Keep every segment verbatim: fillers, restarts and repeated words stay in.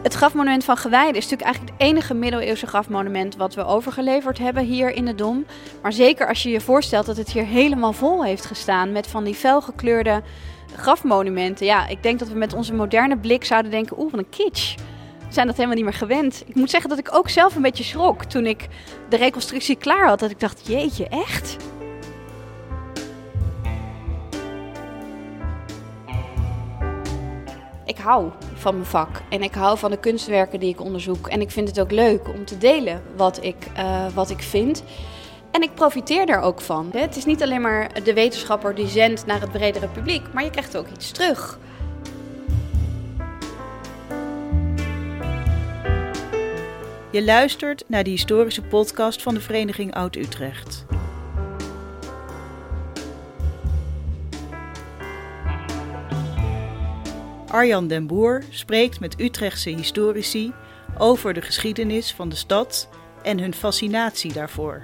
Het grafmonument van Gewijde is natuurlijk eigenlijk het enige middeleeuwse grafmonument wat we overgeleverd hebben hier in de Dom. Maar zeker als je je voorstelt dat het hier helemaal vol heeft gestaan met van die felgekleurde grafmonumenten. Ja, ik denk dat we met onze moderne blik zouden denken, oeh, wat een kitsch. We zijn dat helemaal niet meer gewend. Ik moet zeggen dat ik ook zelf een beetje schrok toen ik de reconstructie klaar had. Dat ik dacht, jeetje, echt? Ik hou van mijn vak en ik hou van de kunstwerken die ik onderzoek. En ik vind het ook leuk om te delen wat ik, uh, wat ik vind. En ik profiteer er ook van. Het is niet alleen maar de wetenschapper die zendt naar het bredere publiek, maar je krijgt ook iets terug. Je luistert naar de historische podcast van de Vereniging Oud-Utrecht. Arjan den Boer spreekt met Utrechtse historici over de geschiedenis van de stad en hun fascinatie daarvoor.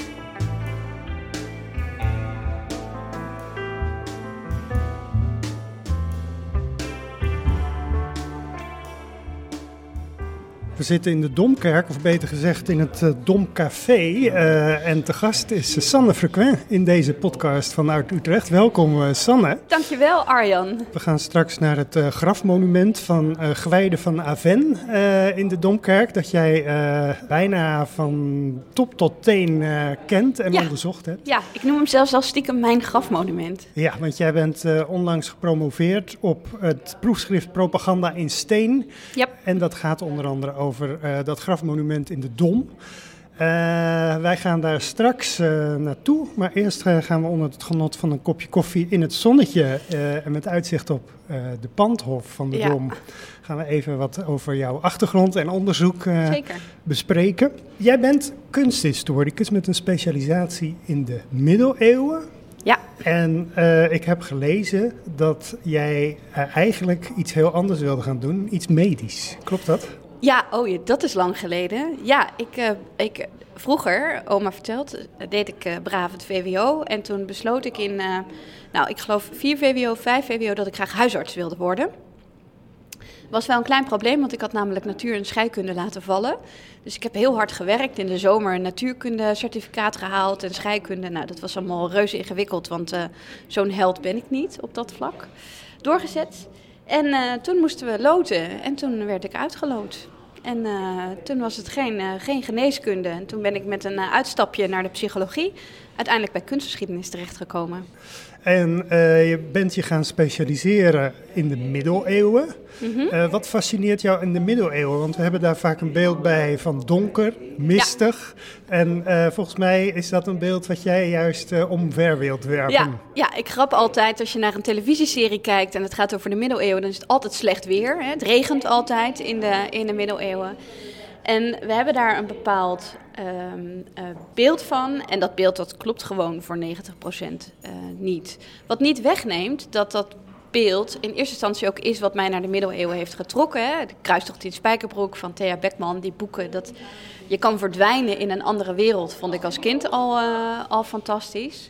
We zitten in de Domkerk, of beter gezegd in het uh, Domcafé. Uh, en te gast is Sanne Frequent in deze podcast van Oud-Utrecht. Welkom uh, Sanne. Dankjewel Arjan. We gaan straks naar het uh, grafmonument van uh, Gewijde van Avennes uh, in de Domkerk. Dat jij uh, bijna van top tot teen uh, kent en ja. onderzocht hebt. Ja, ik noem hem zelfs al stiekem mijn grafmonument. Ja, want jij bent uh, onlangs gepromoveerd op het proefschrift Propaganda in Steen. Yep. En dat gaat onder andere over over uh, dat grafmonument in de Dom. Uh, wij gaan daar straks uh, naartoe, maar eerst uh, gaan we onder het genot van een kopje koffie in het zonnetje uh, en met uitzicht op uh, de Pandhof van de ja. Dom gaan we even wat over jouw achtergrond en onderzoek uh, bespreken. Jij bent kunsthistoricus met een specialisatie in de middeleeuwen. Ja. En uh, ik heb gelezen dat jij uh, eigenlijk iets heel anders wilde gaan doen, iets medisch. Klopt dat? Ja, oh ja, dat is lang geleden. Ja, ik, uh, ik vroeger, oma vertelt, uh, deed ik uh, braaf het V W O. En toen besloot ik in, uh, nou ik geloof vier V W O, vijf V W O, dat ik graag huisarts wilde worden. Was wel een klein probleem, want ik had namelijk natuur en scheikunde laten vallen. Dus ik heb heel hard gewerkt, in de zomer een natuurkunde certificaat gehaald en scheikunde. Nou, dat was allemaal reuze ingewikkeld, want uh, zo'n held ben ik niet op dat vlak. Doorgezet. En uh, toen moesten we loten en toen werd ik uitgeloot. En uh, toen was het geen, uh, geen geneeskunde. En toen ben ik met een uh, uitstapje naar de psychologie uiteindelijk bij kunstgeschiedenis terechtgekomen. En uh, je bent je gaan specialiseren in de middeleeuwen. Mm-hmm. Uh, wat fascineert jou in de middeleeuwen? Want we hebben daar vaak een beeld bij van donker, mistig. Ja. En uh, volgens mij is dat een beeld wat jij juist uh, omver wilt werpen. Ja, ja, ik grap altijd als je naar een televisieserie kijkt en het gaat over de middeleeuwen, dan is het altijd slecht weer. Hè? Het regent altijd in de, in de middeleeuwen. En we hebben daar een bepaald um, uh, beeld van. En dat beeld dat klopt gewoon voor negentig procent uh, niet. Wat niet wegneemt dat dat beeld in eerste instantie ook is wat mij naar de middeleeuwen heeft getrokken. Hè? De Kruistocht in Spijkerbroek van Thea Beckman, die boeken. Dat je kan verdwijnen in een andere wereld, vond ik als kind al, uh, al fantastisch.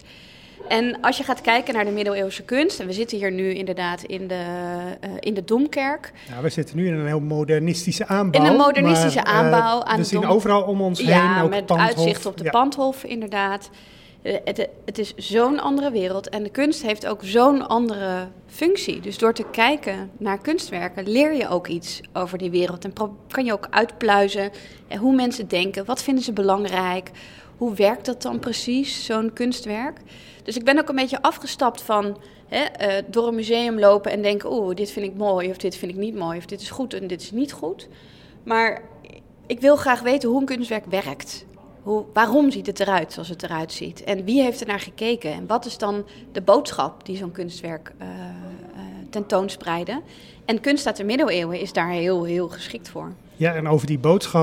En als je gaat kijken naar de middeleeuwse kunst, en we zitten hier nu inderdaad in de, uh, in de Domkerk. Ja, we zitten nu in een heel modernistische aanbouw. In een modernistische maar, aanbouw. Uh, aan we zien Dom... overal om ons ja, heen, ook met Pandhof. uitzicht op de ja. Pandhof inderdaad. Uh, het, het is zo'n andere wereld en de kunst heeft ook zo'n andere functie. Dus door te kijken naar kunstwerken leer je ook iets over die wereld. En pro- kan je ook uitpluizen uh, hoe mensen denken, wat vinden ze belangrijk, hoe werkt dat dan precies, zo'n kunstwerk. Dus ik ben ook een beetje afgestapt van hè, uh, door een museum lopen en denken, oeh, dit vind ik mooi of dit vind ik niet mooi of dit is goed en dit is niet goed. Maar ik wil graag weten hoe een kunstwerk werkt. Hoe, waarom ziet het eruit zoals het eruit ziet? En wie heeft er naar gekeken? En wat is dan de boodschap die zo'n kunstwerk uh, uh, tentoonspreiden? En kunst uit de middeleeuwen is daar heel, heel geschikt voor. Ja, en over die boodschap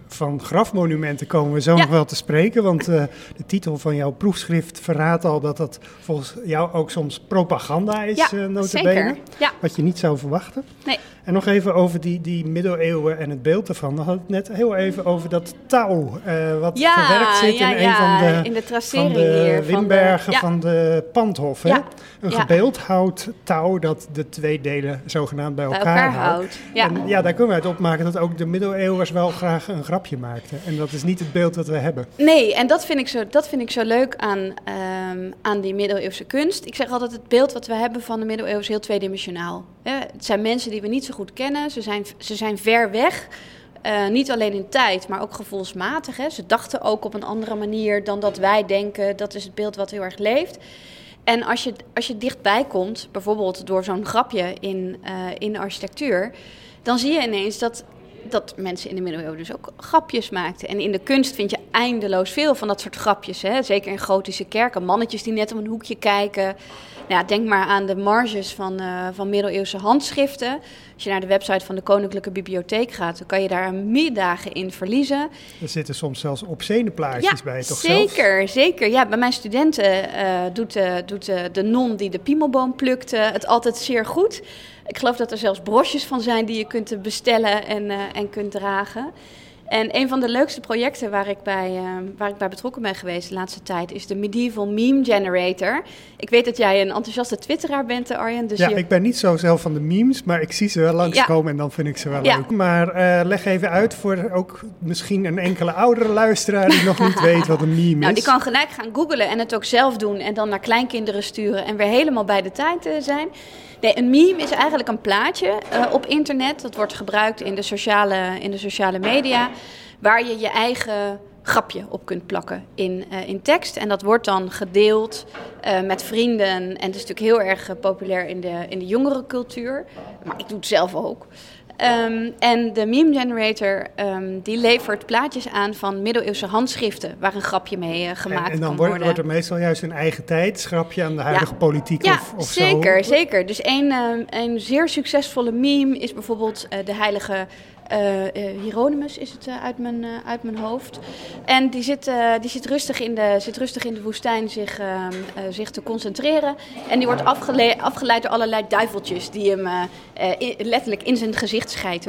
van grafmonumenten komen we zo Ja. nog wel te spreken. Want uh, de titel van jouw proefschrift verraadt al dat dat volgens jou ook soms propaganda is, Ja, uh, nota bene. zeker. Ja. Wat je niet zou verwachten. Nee. En nog even over die, die middeleeuwen en het beeld ervan. We hadden het net heel even over dat touw, uh, wat Ja, verwerkt zit ja, in ja, een van de, in de van tracering de hier. windbergen ja. van de Pandhof. Hè? Ja. Een Ja. gebeeldhouwd touw dat de twee delen zogenaamd bij Bij elkaar, elkaar houdt. Ja. En ja, daar kunnen we uit opmaken dat ook de middeleeuwers wel graag een grapje maakten. En dat is niet het beeld dat we hebben. Nee, en dat vind ik zo, dat vind ik zo leuk aan, um, aan die middeleeuwse kunst. Ik zeg altijd, het beeld wat we hebben van de middeleeuwen is heel tweedimensionaal. Hè? Het zijn mensen die we niet zo goed kennen. Ze zijn, ze zijn ver weg. Uh, niet alleen in tijd, maar ook gevoelsmatig. Hè? Ze dachten ook op een andere manier dan dat wij denken. Dat is het beeld wat heel erg leeft. En als je, als je dichtbij komt, bijvoorbeeld door zo'n grapje in, uh, in de architectuur, dan zie je ineens dat, dat mensen in de middeleeuwen dus ook grapjes maakten. En in de kunst vind je eindeloos veel van dat soort grapjes. Hè? Zeker in gotische kerken. Mannetjes die net om een hoekje kijken. Nou, ja, denk maar aan de marges van, uh, van middeleeuwse handschriften. Als je naar de website van de Koninklijke Bibliotheek gaat, dan kan je daar middagen in verliezen. Er zitten soms zelfs obscene plaatjes ja, bij, toch zeker, zelfs? Zeker. Ja, bij mijn studenten uh, doet, uh, doet uh, de non die de piemelboom plukt uh, het altijd zeer goed. Ik geloof dat er zelfs broches van zijn die je kunt bestellen en, uh, en kunt dragen. En een van de leukste projecten waar ik, bij, uh, waar ik bij betrokken ben geweest de laatste tijd is de Medieval Meme Generator. Ik weet dat jij een enthousiaste twitteraar bent, Arjen. Dus ja, je... ik ben niet zo zelf van de memes, maar ik zie ze wel langskomen ja. en dan vind ik ze wel ja. leuk. Maar uh, leg even uit voor ook misschien een enkele oudere luisteraar die nog niet weet wat een meme is. Nou, die kan gelijk gaan googlen en het ook zelf doen en dan naar kleinkinderen sturen en weer helemaal bij de tijd uh, zijn. Nee, een meme is eigenlijk een plaatje uh, op internet. Dat wordt gebruikt in de sociale, in de sociale media, waar je je eigen grapje op kunt plakken in, uh, in tekst. En dat wordt dan gedeeld uh, met vrienden. En het is natuurlijk heel erg uh, populair in de, in de jongere cultuur. Maar ik doe het zelf ook. Um, en de meme generator um, die levert plaatjes aan van middeleeuwse handschriften waar een grapje mee uh, gemaakt en, en dan kan wordt, worden. wordt er meestal juist een eigen tijdsgrapje aan de huidige ja. politiek ja, of, of zeker, zo. zeker. Dus een, uh, een zeer succesvolle meme is bijvoorbeeld uh, de heilige Uh, uh, Hieronymus is het uh, uit, mijn, uh, uit mijn hoofd. En die zit, uh, die zit, rustig, in de, zit rustig in de woestijn zich, uh, uh, zich te concentreren. En die wordt afgele- afgeleid door allerlei duiveltjes die hem uh, uh, in, letterlijk in zijn gezicht schijten.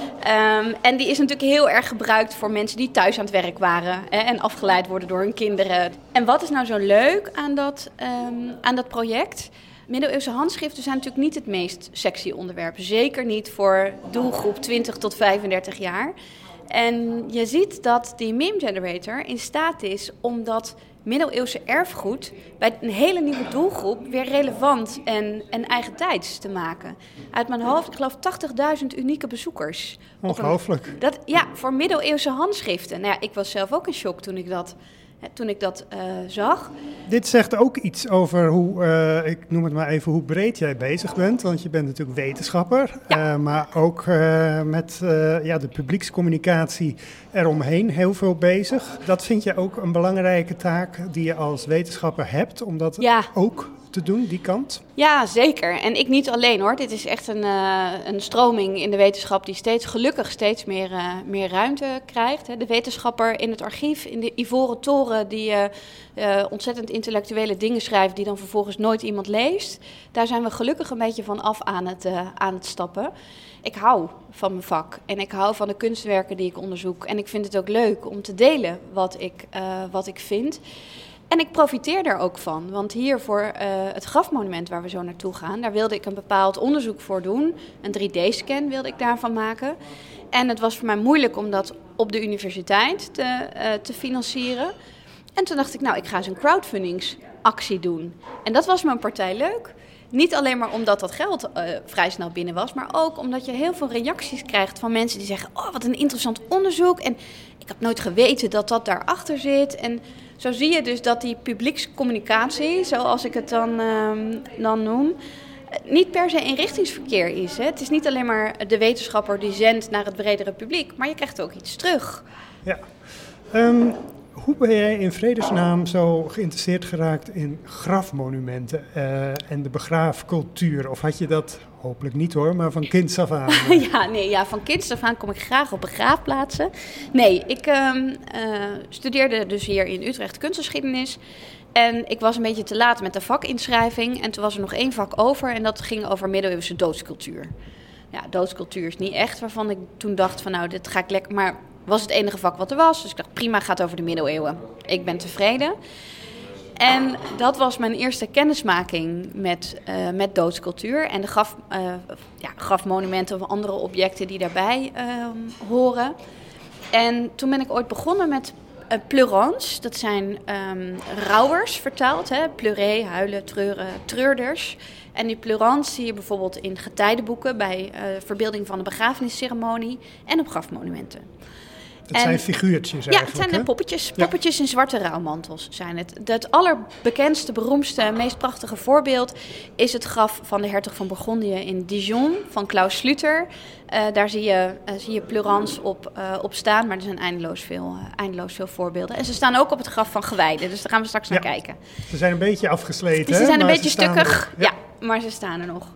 Um, en die is natuurlijk heel erg gebruikt voor mensen die thuis aan het werk waren hè, en afgeleid worden door hun kinderen. En wat is nou zo leuk aan dat, um, aan dat project? Middeleeuwse handschriften zijn natuurlijk niet het meest sexy onderwerp. Zeker niet voor doelgroep twintig tot vijfendertig jaar. En je ziet dat die meme generator in staat is om dat middeleeuwse erfgoed bij een hele nieuwe doelgroep weer relevant en, en eigentijds te maken. Uit mijn hoofd, ik geloof tachtigduizend unieke bezoekers. Ongelooflijk. Een, dat, ja, voor middeleeuwse handschriften. Nou ja, ik was zelf ook in shock toen ik dat... Toen ik dat uh, zag. Dit zegt ook iets over hoe, uh, ik noem het maar even, hoe breed jij bezig bent. Want je bent natuurlijk wetenschapper, ja. uh, maar ook uh, met uh, ja, de publiekscommunicatie eromheen heel veel bezig. Dat vind je ook een belangrijke taak die je als wetenschapper hebt, om dat ja. ook te doen, die kant? Ja, zeker. En ik niet alleen hoor. Dit is echt een, uh, een stroming in de wetenschap die steeds gelukkig steeds meer, uh, meer ruimte krijgt. Hè. De wetenschapper in het archief, in de Ivoren Toren, die uh, uh, ontzettend intellectuele dingen schrijft die dan vervolgens nooit iemand leest. Daar zijn we gelukkig een beetje van af aan het, uh, aan het stappen. Ik hou van mijn vak en ik hou van de kunstwerken die ik onderzoek. En ik vind het ook leuk om te delen wat ik, uh, wat ik vind. En ik profiteer daar ook van, want hier voor uh, het grafmonument waar we zo naartoe gaan, daar wilde ik een bepaald onderzoek voor doen. Een drie D-scan wilde ik daarvan maken. En het was voor mij moeilijk om dat op de universiteit te, uh, te financieren. En toen dacht ik, nou, ik ga eens een crowdfundingsactie doen. En dat was me een partij leuk. Niet alleen maar omdat dat geld uh, vrij snel binnen was, maar ook omdat je heel veel reacties krijgt van mensen die zeggen, oh, wat een interessant onderzoek. En ik had nooit geweten dat dat daarachter zit. En zo zie je dus dat die publiekscommunicatie, zoals ik het dan, uh, dan noem, niet per se eenrichtingsverkeer is. Hè. Het is niet alleen maar de wetenschapper die zendt naar het bredere publiek, maar je krijgt ook iets terug. Ja. Um, Hoe ben jij in vredesnaam zo geïnteresseerd geraakt in grafmonumenten uh, en de begraafcultuur? Of had je dat, hopelijk niet hoor, maar van kinds af aan? Uh... ja, nee, ja, van kinds af aan kom ik graag op begraafplaatsen. Nee, ik uh, uh, studeerde dus hier in Utrecht kunstgeschiedenis. En ik was een beetje te laat met de vakinschrijving. En toen was er nog één vak over en dat ging over middeleeuwse doodscultuur. Ja, doodscultuur is niet echt waarvan ik toen dacht van nou, dit ga ik lekker... Maar was het enige vak wat er was. Dus ik dacht, prima, gaat over de middeleeuwen. Ik ben tevreden. En dat was mijn eerste kennismaking met, uh, met doodscultuur. En de graf, uh, ja, grafmonumenten of andere objecten die daarbij uh, horen. En toen ben ik ooit begonnen met uh, pleurants. Dat zijn um, rouwers vertaald. Hè? Pleuré, huilen, treuren, treurders. En die pleurants zie je bijvoorbeeld in getijdenboeken bij uh, verbeelding van de begrafenisceremonie en op grafmonumenten. Het zijn figuurtjes eigenlijk. Ja, het zijn hè? poppetjes. Poppetjes ja. in zwarte rouwmantels zijn het. Het allerbekendste, beroemdste, meest prachtige voorbeeld is het graf van de hertog van Bourgondië in Dijon, van Klaus Schlüter. Uh, daar zie je, uh, zie je pleurants op, uh, op staan, maar er zijn eindeloos veel, uh, eindeloos veel voorbeelden. En ze staan ook op het graf van gewijden, dus daar gaan we straks ja. naar kijken. Ze zijn een beetje afgesleten. Dus ze zijn hè? een beetje stukkig, ja. ja, maar ze staan er nog.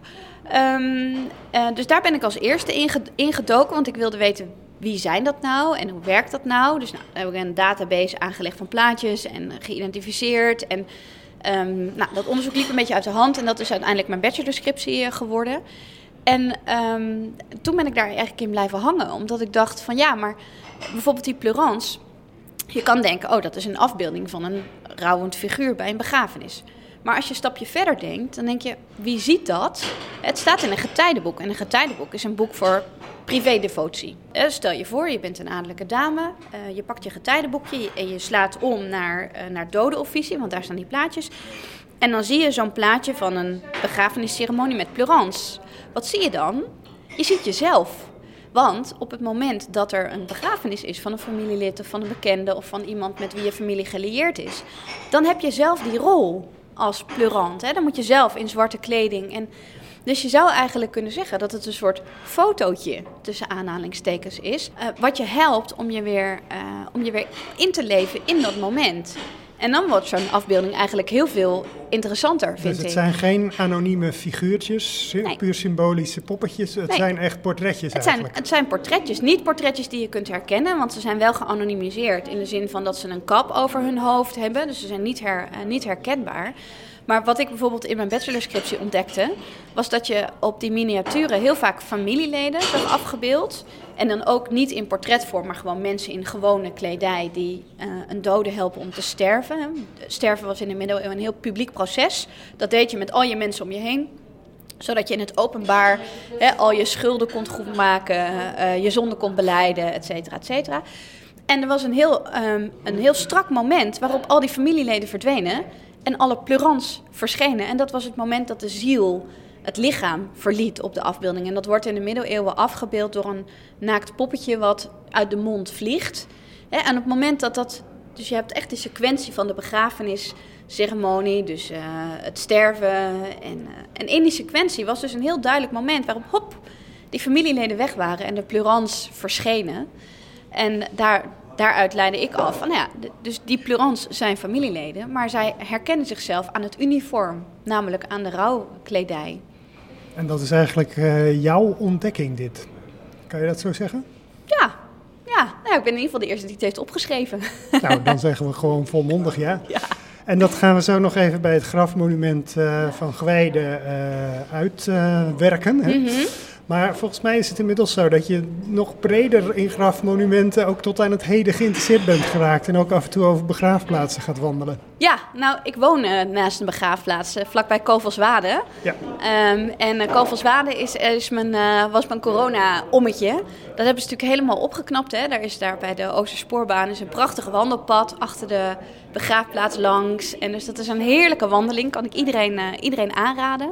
Um, uh, dus daar ben ik als eerste ingedoken, want ik wilde weten... Wie zijn dat nou en hoe werkt dat nou? Dus nou, dan heb ik een database aangelegd van plaatjes en geïdentificeerd. En um, nou, dat onderzoek liep een beetje uit de hand en dat is uiteindelijk mijn bachelorscriptie geworden. En um, toen ben ik daar eigenlijk in blijven hangen, omdat ik dacht van ja, maar bijvoorbeeld die pleurants. Je kan denken, oh, dat is een afbeelding van een rouwend figuur bij een begrafenis. Maar als je een stapje verder denkt, dan denk je, wie ziet dat? Het staat in een getijdenboek. En een getijdenboek is een boek voor privédevotie. Stel je voor, je bent een adellijke dame. Uh, je pakt je getijdenboekje en je slaat om naar, uh, naar dodenofficie, want daar staan die plaatjes. En dan zie je zo'n plaatje van een begrafenisceremonie met pleurants. Wat zie je dan? Je ziet jezelf. Want op het moment dat er een begrafenis is van een familielid of van een bekende of van iemand met wie je familie gelieerd is, dan heb je zelf die rol als pleurant. Hè? Dan moet je zelf in zwarte kleding. En dus je zou eigenlijk kunnen zeggen dat het een soort fotootje tussen aanhalingstekens is. Uh, wat je helpt om je, weer, uh, om je weer in te leven in dat moment. En dan wordt zo'n afbeelding eigenlijk heel veel interessanter, vind ik. Dus het zijn geen anonieme figuurtjes, nee. puur symbolische poppetjes. Het nee. zijn echt portretjes het eigenlijk. Zijn, het zijn portretjes, niet portretjes die je kunt herkennen. Want ze zijn wel geanonimiseerd in de zin van dat ze een kap over hun hoofd hebben. Dus ze zijn niet, her, uh, niet herkenbaar. Maar wat ik bijvoorbeeld in mijn bachelorscriptie ontdekte, was dat je op die miniaturen heel vaak familieleden zag afgebeeld. En dan ook niet in portretvorm, maar gewoon mensen in gewone kledij die uh, een dode helpen om te sterven. Sterven was in de middeleeuwen een heel publiek proces. Dat deed je met al je mensen om je heen. Zodat je in het openbaar hè, al je schulden kon goedmaken, uh, je zonde kon belijden, et cetera, et cetera. En er was een heel, um, een heel strak moment waarop al die familieleden verdwenen en alle pleurants verschenen. En dat was het moment dat de ziel het lichaam verliet op de afbeelding. En dat wordt in de middeleeuwen afgebeeld door een naakt poppetje wat uit de mond vliegt. En op het moment dat dat... Dus je hebt echt de sequentie van de begrafenisceremonie, dus uh, het sterven. En, uh, en in die sequentie was dus een heel duidelijk moment waarop, hop, die familieleden weg waren en de pleurants verschenen. En daar... Daaruit leidde ik af van, nou ja, dus die pleurants zijn familieleden, maar zij herkennen zichzelf aan het uniform, namelijk aan de rouwkledij. En dat is eigenlijk uh, jouw ontdekking, dit. Kan je dat zo zeggen? Ja, ja. Nou, ik ben in ieder geval de eerste die het heeft opgeschreven. Nou, dan zeggen we gewoon volmondig ja. Ja. En dat gaan we zo nog even bij het grafmonument uh, van Gwijde uh, uitwerken. Uh, mm-hmm. Maar volgens mij is het inmiddels zo dat je nog breder in grafmonumenten ook tot aan het heden geïnteresseerd bent geraakt. En ook af en toe over begraafplaatsen gaat wandelen. Ja, nou ik woon uh, naast een begraafplaats uh, vlakbij Kovelswade. Ja. Um, en uh, Kovelswade is, is mijn, uh, was mijn corona-ommetje. Dat hebben ze natuurlijk helemaal opgeknapt. Hè. Daar is daar bij de Oosterspoorbaan is een prachtig wandelpad achter de begraafplaats langs. En dus dat is een heerlijke wandeling, kan ik iedereen, uh, iedereen aanraden.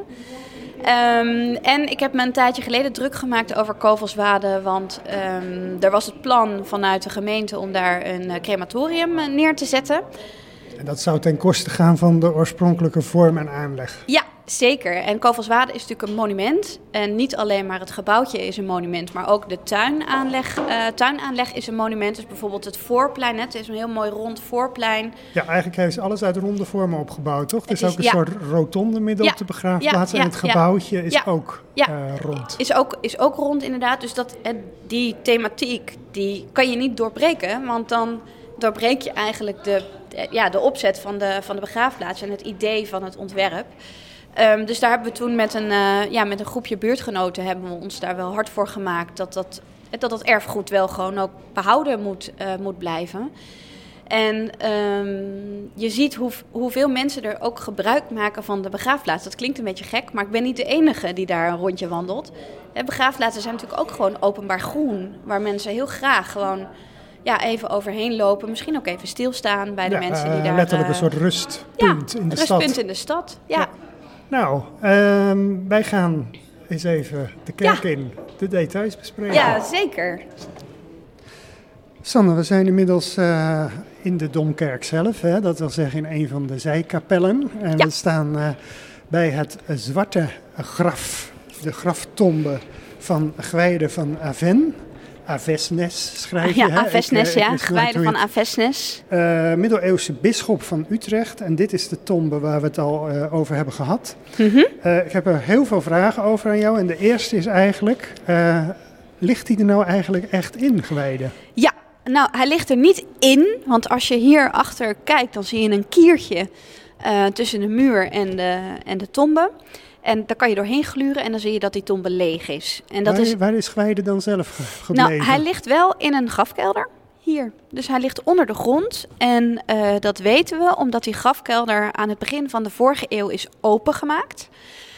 Um, en ik heb me een tijdje geleden druk gemaakt over Kovelswade, want um, er was het plan vanuit de gemeente om daar een uh, crematorium uh, neer te zetten. En dat zou ten koste gaan van de oorspronkelijke vorm en aanleg? Ja, zeker. En Kovalswade is natuurlijk een monument. En niet alleen maar het gebouwtje is een monument, maar ook de tuinaanleg, uh, tuinaanleg is een monument. Dus bijvoorbeeld het voorplein, het is een heel mooi rond voorplein. Ja, eigenlijk heeft ze alles uit ronde vormen opgebouwd, toch? Het is, Het is ook een ja. soort rotonde midden Ja. op de begraafplaats. Ja, en ja, het gebouwtje ja. is Ja. ook Ja. uh, rond. Is ook, is ook rond inderdaad. Dus dat, die thematiek die kan je niet doorbreken, want dan doorbreek je eigenlijk de, de, ja, de opzet van de, van de begraafplaats en het idee van het ontwerp. Um, dus daar hebben we toen met een, uh, ja, met een groepje buurtgenoten hebben we ons daar wel hard voor gemaakt dat dat, dat, dat erfgoed wel gewoon ook behouden moet, uh, moet blijven. En um, je ziet hoe, hoeveel mensen er ook gebruik maken van de begraafplaats. Dat klinkt een beetje gek, maar ik ben niet de enige die daar een rondje wandelt. De begraafplaatsen zijn natuurlijk ook gewoon openbaar groen, waar mensen heel graag gewoon ja, even overheen lopen. Misschien ook even stilstaan bij de ja, mensen die uh, daar... letterlijk een uh, soort rustpunt ja, in de rustpunt stad. rustpunt in de stad, ja. ja. Nou, um, wij gaan eens even de kerk ja. in, de details bespreken. Ja, zeker. Sanne, we zijn inmiddels uh, in de Domkerk zelf, hè? Dat wil zeggen in een van de zijkapellen. En ja. we staan uh, bij het zwarte graf, de graftombe van Gwijde van Avennes. Avesnes schrijf je, ja, hè? Avesnes, ik, ja. ik Gwijde van Avesnes. Uh, middeleeuwse bisschop van Utrecht. En dit is de tombe waar we het al uh, over hebben gehad. Mm-hmm. Uh, ik heb er heel veel vragen over aan jou. En de eerste is eigenlijk, uh, ligt hij er nou eigenlijk echt in, Gwijde? Ja, nou hij ligt er niet in. Want als je hier achter kijkt, dan zie je een kiertje uh, tussen de muur en de, en de tombe. En daar kan je doorheen gluren en dan zie je dat die tombe leeg is. En dat waar, is... waar is Gwijde dan zelf gebleven? Nou, hij ligt wel in een grafkelder hier. Dus hij ligt onder de grond. En uh, dat weten we omdat die grafkelder aan het begin van de vorige eeuw is opengemaakt.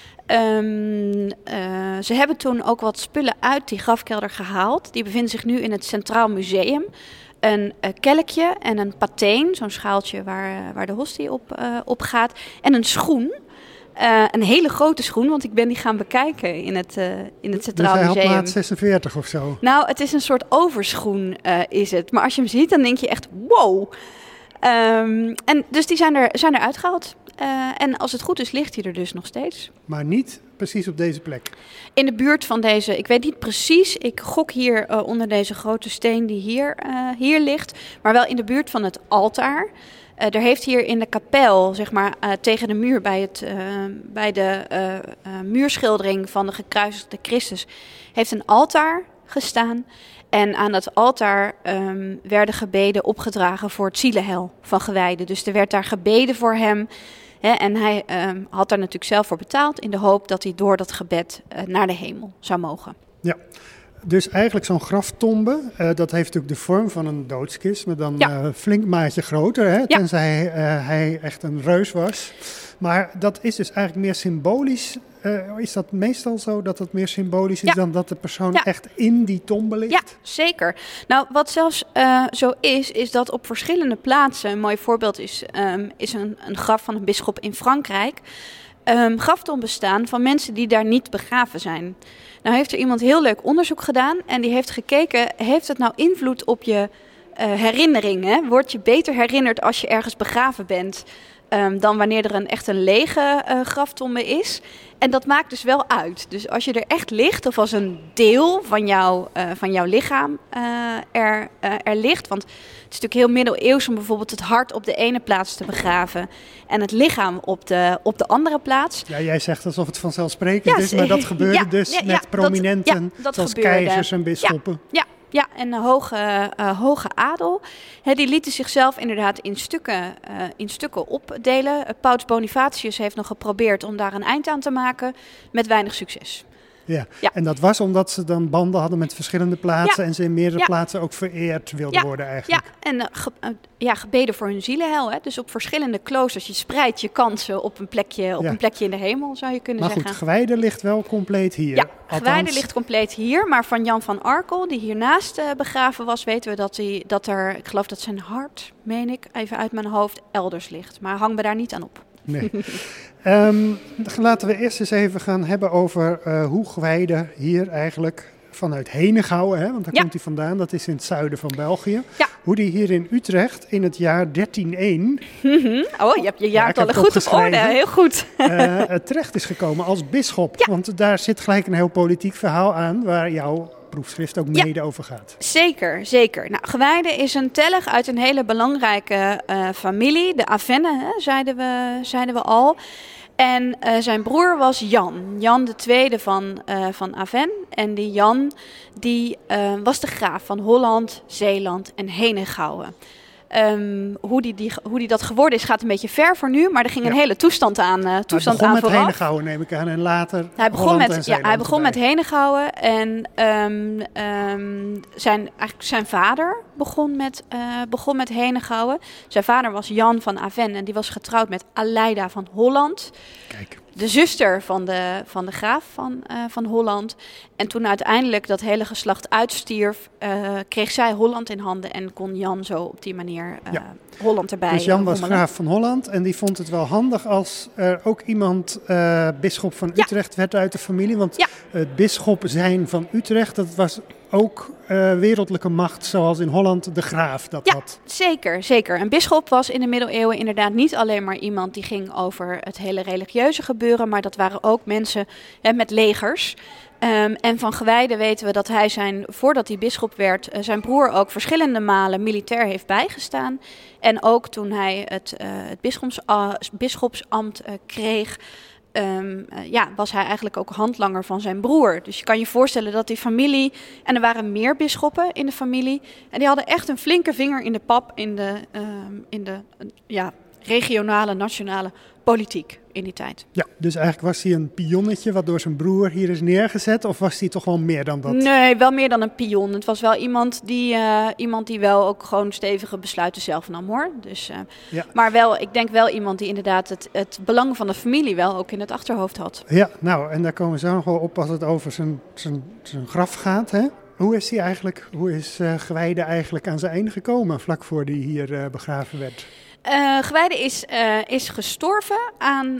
Um, uh, ze hebben toen ook wat spullen uit die grafkelder gehaald. Die bevinden zich nu in het Centraal Museum. Een uh, kelkje en een pateen, zo'n schaaltje waar, uh, waar de hostie op, uh, op gaat. En een schoen. Uh, een hele grote schoen, want ik ben die gaan bekijken in het, uh, in het Centraal dus hij Museum. had maat zesenveertig of zo? Nou, het is een soort overschoen uh, is het. Maar als je hem ziet, dan denk je echt wow. Um, en dus die zijn er, zijn er uitgehaald. Uh, en als het goed is, ligt hij er dus nog steeds. Maar niet precies op deze plek? In de buurt van deze, ik weet niet precies. Ik gok hier uh, onder deze grote steen die hier, uh, hier ligt. Maar wel in de buurt van het altaar. Uh, er heeft hier in de kapel, zeg maar, uh, tegen de muur bij, het, uh, bij de uh, uh, muurschildering van de gekruisigde Christus, heeft een altaar gestaan. En aan dat altaar um, werden gebeden opgedragen voor het zielenheil van Gwijde. Dus er werd daar gebeden voor hem. Hè, en hij um, had daar natuurlijk zelf voor betaald in de hoop dat hij door dat gebed uh, naar de hemel zou mogen. Ja. Dus eigenlijk zo'n graftombe, uh, dat heeft natuurlijk de vorm van een doodskist, maar dan ja. uh, flink maatje groter, hè, ja. tenzij uh, hij echt een reus was. Maar dat is dus eigenlijk meer symbolisch. Uh, is dat meestal zo dat het meer symbolisch is ja. dan dat de persoon ja. echt in die tombe ligt? Ja, zeker. Nou, wat zelfs uh, zo is, is dat op verschillende plaatsen, een mooi voorbeeld is, um, is een, een graf van een bisschop in Frankrijk, um, graftomben staan van mensen die daar niet begraven zijn. Nou heeft er iemand heel leuk onderzoek gedaan en die heeft gekeken, heeft het nou invloed op je uh, herinneringen? Word je beter herinnerd als je ergens begraven bent um, dan wanneer er een echt een lege uh, graftombe is? En dat maakt dus wel uit. Dus als je er echt ligt of als een deel van, jou, uh, van jouw lichaam uh, er, uh, er ligt. Want het is natuurlijk heel middeleeuws om bijvoorbeeld het hart op de ene plaats te begraven en het lichaam op de, op de andere plaats. Ja, jij zegt alsof het vanzelfsprekend ja, is, maar dat gebeurde ja, dus ja, met ja, prominenten dat, ja, dat zoals gebeurde. Keizers en bisschoppen. Ja, ja. Ja, en de hoge, uh, hoge adel, he, die lieten zichzelf inderdaad in stukken, uh, in stukken opdelen. Uh, Paus Bonifatius heeft nog geprobeerd om daar een eind aan te maken, met weinig succes. Ja. ja, en dat was omdat ze dan banden hadden met verschillende plaatsen ja. en ze in meerdere ja. plaatsen ook vereerd wilden ja. worden eigenlijk. Ja, en uh, ge, uh, ja, gebeden voor hun zielenheil. Hè? Dus op verschillende kloosters. Je spreidt je kansen op een plekje, op ja. een plekje in de hemel, zou je kunnen maar zeggen. Maar goed, Gwijde ligt wel compleet hier. Ja, Althans... Gwijde ligt compleet hier. Maar van Jan van Arkel, die hiernaast uh, begraven was, weten we dat, hij, dat er, ik geloof dat zijn hart, meen ik, even uit mijn hoofd, elders ligt. Maar hang me daar niet aan op. Nee. um, laten we eerst eens even gaan hebben over uh, hoe Gwijde hier eigenlijk vanuit Henegouwen, hè, want daar Ja. komt hij vandaan. Dat is in het zuiden van België. Ja. Hoe die hier in Utrecht in het jaar dertien één Mm-hmm. Oh, je hebt je jaartallen heb goed het op orde. opgeschreven. Heel goed. uh, terecht is gekomen als bisschop. Ja. Want daar zit gelijk een heel politiek verhaal aan waar jouw proefschrift ook Ja. mede over gaat. Zeker, zeker. Nou, Gwijde is een telg uit een hele belangrijke uh, familie. De Avenne, hè, zeiden, we, zeiden we al. En uh, zijn broer was Jan. Jan de tweede van, uh, van Aven. En die Jan die, uh, was de graaf van Holland, Zeeland en Henegouwen. Um, hoe, die, die, hoe die dat geworden is, gaat een beetje ver voor nu. Maar er ging Ja. een hele toestand aan, uh, toestand hij aan begon met vooraf. Henegouwen, neem ik aan. En later Hij begon Holland en met, ja, Zeeland hij begon met erbij. Henegouwen en um, um, zijn, eigenlijk zijn vader begon met, uh, begon met Henegouwen. Zijn vader was Jan van Aven en die was getrouwd met Aleida van Holland. Kijk. De zuster van de, van de graaf van, uh, van Holland. En toen uiteindelijk dat hele geslacht uitstierf, uh, kreeg zij Holland in handen en kon Jan zo op die manier uh, Ja. Holland erbij Dus Jan was rommelen. graaf van Holland en die vond het wel handig als er ook iemand uh, bisschop van Ja. Utrecht werd uit de familie. Want Ja. het bisschop zijn van Utrecht, dat was ook uh, wereldlijke macht zoals in Holland de graaf dat Ja. had. Zeker, zeker. Een bisschop was in de middeleeuwen inderdaad niet alleen maar iemand die ging over het hele religieuze gebeuren, maar dat waren ook mensen hè, met legers. Um, en van Gwijde weten we dat hij zijn, voordat hij bisschop werd, uh, zijn broer ook verschillende malen militair heeft bijgestaan. En ook toen hij het, uh, het bischops, uh, bisschopsambt uh, kreeg, Um, uh, ja, was hij eigenlijk ook handlanger van zijn broer. Dus je kan je voorstellen dat die familie, en er waren meer bisschoppen in de familie, en die hadden echt een flinke vinger in de pap in de, um, in de uh, ja, regionale, nationale politiek in die tijd. Ja, dus eigenlijk was hij een pionnetje wat door zijn broer hier is neergezet, of was hij toch wel meer dan dat? Nee, wel meer dan een pion. Het was wel iemand die, uh, iemand die wel ook gewoon stevige besluiten zelf nam, hoor. Dus, uh, Ja. Maar wel, ik denk wel iemand die inderdaad het, het belang van de familie wel ook in het achterhoofd had. Ja, nou, en daar komen we zo nog wel op als het over zijn, zijn, zijn graf gaat, hè? Hoe is hij eigenlijk, hoe is uh, Gwijde eigenlijk aan zijn einde gekomen, vlak voor hij hier uh, begraven werd? Uh, Gwijde is, uh, is gestorven aan,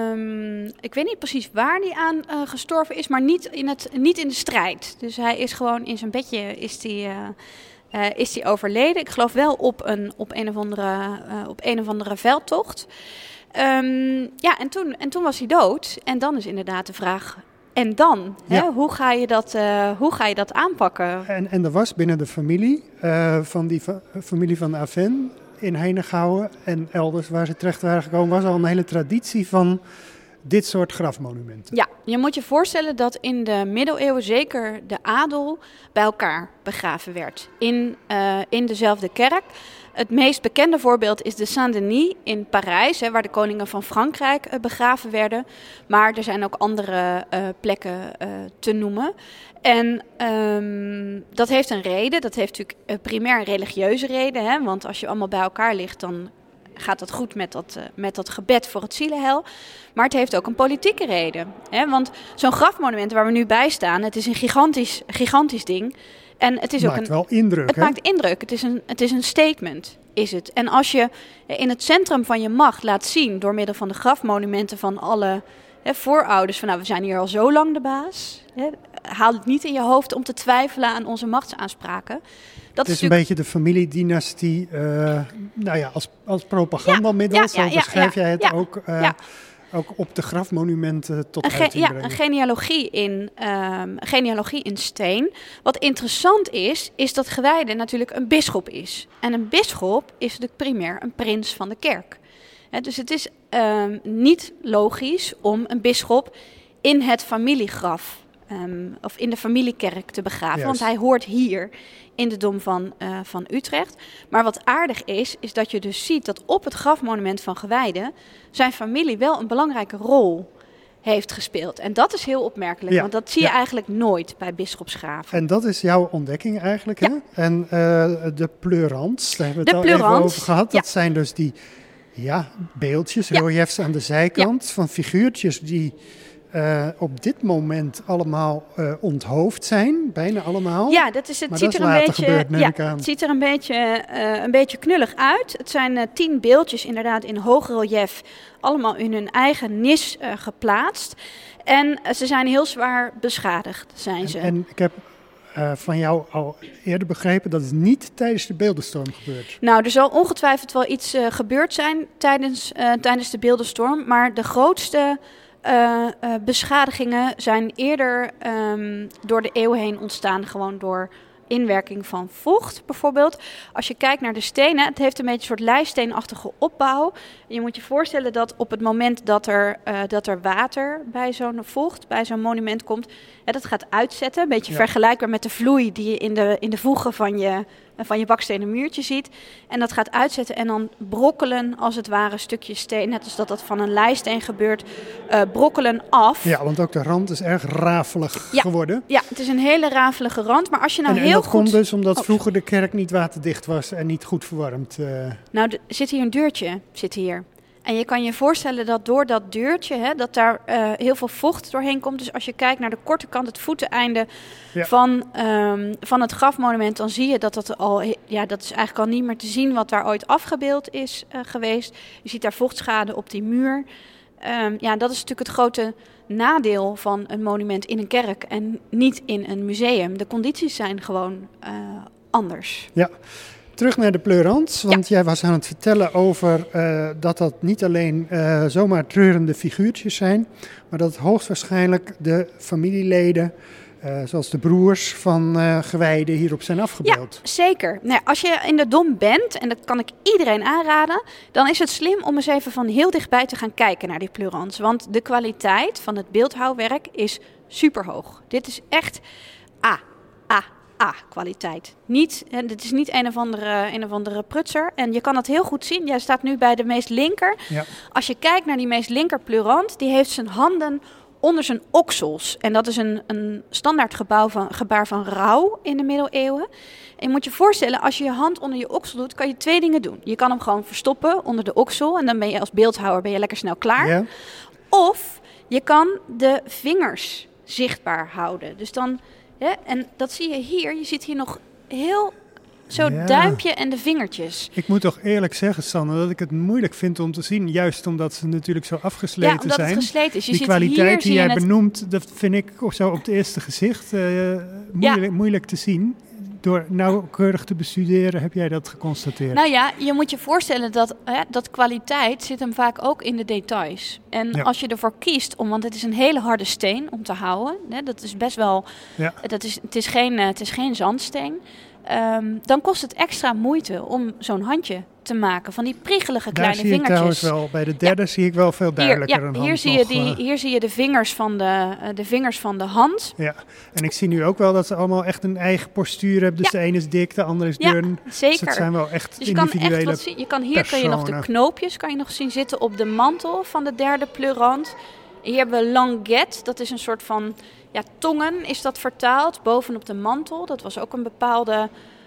um, ik weet niet precies waar hij aan uh, gestorven is, maar niet in, het, niet in de strijd. Dus hij is gewoon in zijn bedje is die, uh, uh, is die overleden. Ik geloof wel op een, op een, of, andere, uh, op een of andere veldtocht. Um, ja, en toen, en toen was hij dood. En dan is inderdaad de vraag, en dan? Hè? Ja. Hoe, ga je dat, uh, hoe ga je dat aanpakken? En, en er was binnen de familie, uh, van die fa- familie van Aven in Henegouwen en elders waar ze terecht waren gekomen, was al een hele traditie van dit soort grafmonumenten. Ja, je moet je voorstellen dat in de middeleeuwen zeker de adel bij elkaar begraven werd. In, uh, in dezelfde kerk. Het meest bekende voorbeeld is de Saint-Denis in Parijs, hè, waar de koningen van Frankrijk uh, begraven werden. Maar er zijn ook andere uh, plekken uh, te noemen. En um, dat heeft een reden. Dat heeft natuurlijk uh, primair een religieuze reden. Hè, want als je allemaal bij elkaar ligt, dan gaat dat goed met dat, uh, met dat gebed voor het zielenheil. Maar het heeft ook een politieke reden. Hè, want zo'n grafmonument waar we nu bij staan, het is een gigantisch, gigantisch ding. En het is maakt ook een, wel indruk, het hè? maakt indruk. Het is, een, het is een statement, is het. En als je in het centrum van je macht laat zien, door middel van de grafmonumenten van alle hè, voorouders, van nou, we zijn hier al zo lang de baas. Hè, haal het niet in je hoofd om te twijfelen aan onze machtsaanspraken. Dat Het is een beetje de familiedynastie, uh, nou ja, als, als propagandamiddel, Ja, ja, zo ja, ja, beschrijf ja, jij het ja, ook, uh, ja. ook op de grafmonumenten tot Een, ge- uiting ja, brengen. een genealogie in, um, genealogie in steen. Wat interessant is, is dat Gwijde natuurlijk een bisschop is. En een bisschop is natuurlijk primair een prins van de kerk. He, dus het is um, niet logisch om een bisschop in het familiegraf um, of in de familiekerk te begraven. Juist. Want hij hoort hier in de Dom van, uh, van Utrecht. Maar wat aardig is, is dat je dus ziet dat op het grafmonument van Gwijde zijn familie wel een belangrijke rol heeft gespeeld. En dat is heel opmerkelijk, Ja, want dat zie je ja. eigenlijk nooit bij bisschopsgraven. En dat is jouw ontdekking eigenlijk, Ja. hè? En uh, de pleurants, daar hebben we De het al even pleurants, over gehad. ja. Dat zijn dus die ja, beeldjes, Ja. reliefs aan de zijkant, van figuurtjes die uh, op dit moment allemaal uh, onthoofd zijn, bijna allemaal. Ja, dat is, het Maar ziet dat er is een later beetje, gebeurd, neem ja, ik aan. het ziet er een beetje, uh, een beetje knullig uit. Het zijn uh, tien beeldjes inderdaad in hoog relief, allemaal in hun eigen nis uh, geplaatst. En uh, ze zijn heel zwaar beschadigd, zijn ze. En, en ik heb uh, van jou al eerder begrepen, dat is niet tijdens de beeldenstorm gebeurd. Nou, er zal ongetwijfeld wel iets uh, gebeurd zijn tijdens, uh, tijdens de beeldenstorm, maar de grootste uh, uh, beschadigingen zijn eerder um, door de eeuwen heen ontstaan, gewoon door inwerking van vocht bijvoorbeeld. Als je kijkt naar de stenen, het heeft een beetje een soort lijststeenachtige opbouw. Je moet je voorstellen dat op het moment dat er, uh, dat er water bij zo'n vocht, bij zo'n monument komt, ja, dat gaat uitzetten. Een beetje ja. vergelijkbaar met de vloei die je in de, in de voegen van je, van je bakstenen muurtje ziet. En dat gaat uitzetten en dan brokkelen als het ware stukjes steen, net als dat dat van een lijststeen gebeurt, uh, brokkelen af. Ja, want ook de rand is erg rafelig ja. geworden. Ja, het is een hele rafelige rand. Maar als je nou en, heel en dat goed... komt dus omdat oh. vroeger de kerk niet waterdicht was en niet goed verwarmd. Uh... Nou, er zit hier een deurtje, zit hier. En je kan je voorstellen dat door dat deurtje, hè, dat daar uh, heel veel vocht doorheen komt. Dus als je kijkt naar de korte kant, het voeteneinde ja. van, um, van het grafmonument, dan zie je dat dat al, ja, dat is eigenlijk al niet meer te zien wat daar ooit afgebeeld is uh, geweest. Je ziet daar vochtschade op die muur. Um, ja, dat is natuurlijk het grote nadeel van een monument in een kerk en niet in een museum. De condities zijn gewoon uh, anders. Ja. Terug naar de pleurant, want ja. jij was aan het vertellen over uh, dat dat niet alleen uh, zomaar treurende figuurtjes zijn, maar dat het hoogstwaarschijnlijk de familieleden, uh, zoals de broers van uh, gewijden, hierop zijn afgebeeld. Ja, zeker. Nou, als je in de Dom bent, en dat kan ik iedereen aanraden, dan is het slim om eens even van heel dichtbij te gaan kijken naar die pleurants. Want de kwaliteit van het beeldhouwwerk is superhoog. Dit is echt A, A. A-kwaliteit. Niet, en dit is niet een of andere, een of andere prutser. En je kan het heel goed zien. Jij staat nu bij de meest linker. Ja. Als je kijkt naar die meest linker pleurant, die heeft zijn handen onder zijn oksels. En dat is een, een standaard gebouw van, gebaar van rouw in de middeleeuwen. En je moet je voorstellen, als je je hand onder je oksel doet, kan je twee dingen doen. Je kan hem gewoon verstoppen onder de oksel en dan ben je als beeldhouwer ben je lekker snel klaar. Ja. Of je kan de vingers zichtbaar houden. Dus dan... Ja, en dat zie je hier. Je ziet hier nog heel zo ja. duimpje en de vingertjes. Ik moet toch eerlijk zeggen, Sanne, dat ik het moeilijk vind om te zien. Juist omdat ze natuurlijk zo afgesleten ja, omdat zijn. Het gesleten is. Je die ziet kwaliteit hier, die jij het... benoemt, dat vind ik zo op het eerste gezicht uh, moeilijk, ja. moeilijk te zien. Door nauwkeurig te bestuderen heb jij dat geconstateerd? Nou ja, je moet je voorstellen dat, hè, dat kwaliteit zit hem vaak ook in de details. En ja. als je ervoor kiest, om, want het is een hele harde steen om te houden. Hè, dat is best wel, ja. dat is, het, is geen, uh, het is geen zandsteen. Um, dan kost het extra moeite om zo'n handje te maken van die priegelige kleine Daar zie vingertjes. Daar zie je trouwens wel, bij de derde ja. zie ik wel veel duidelijker hier, ja, een hier hand zie nog, je die, uh, Hier zie je de vingers van de, uh, de vingers van de hand. Ja, en ik zie nu ook wel dat ze allemaal echt een eigen postuur hebben. Dus ja. de ene is dik, de andere is dun. Ja, zeker. Dus het zijn wel echt dus je kan individuele echt wat zien. Je kan Hier personen. kan je nog de knoopjes kan je nog zien zitten op de mantel van de derde pleurant. Hier hebben we languette, dat is een soort van ja, tongen is dat vertaald, bovenop de mantel. Dat was ook een bepaalde...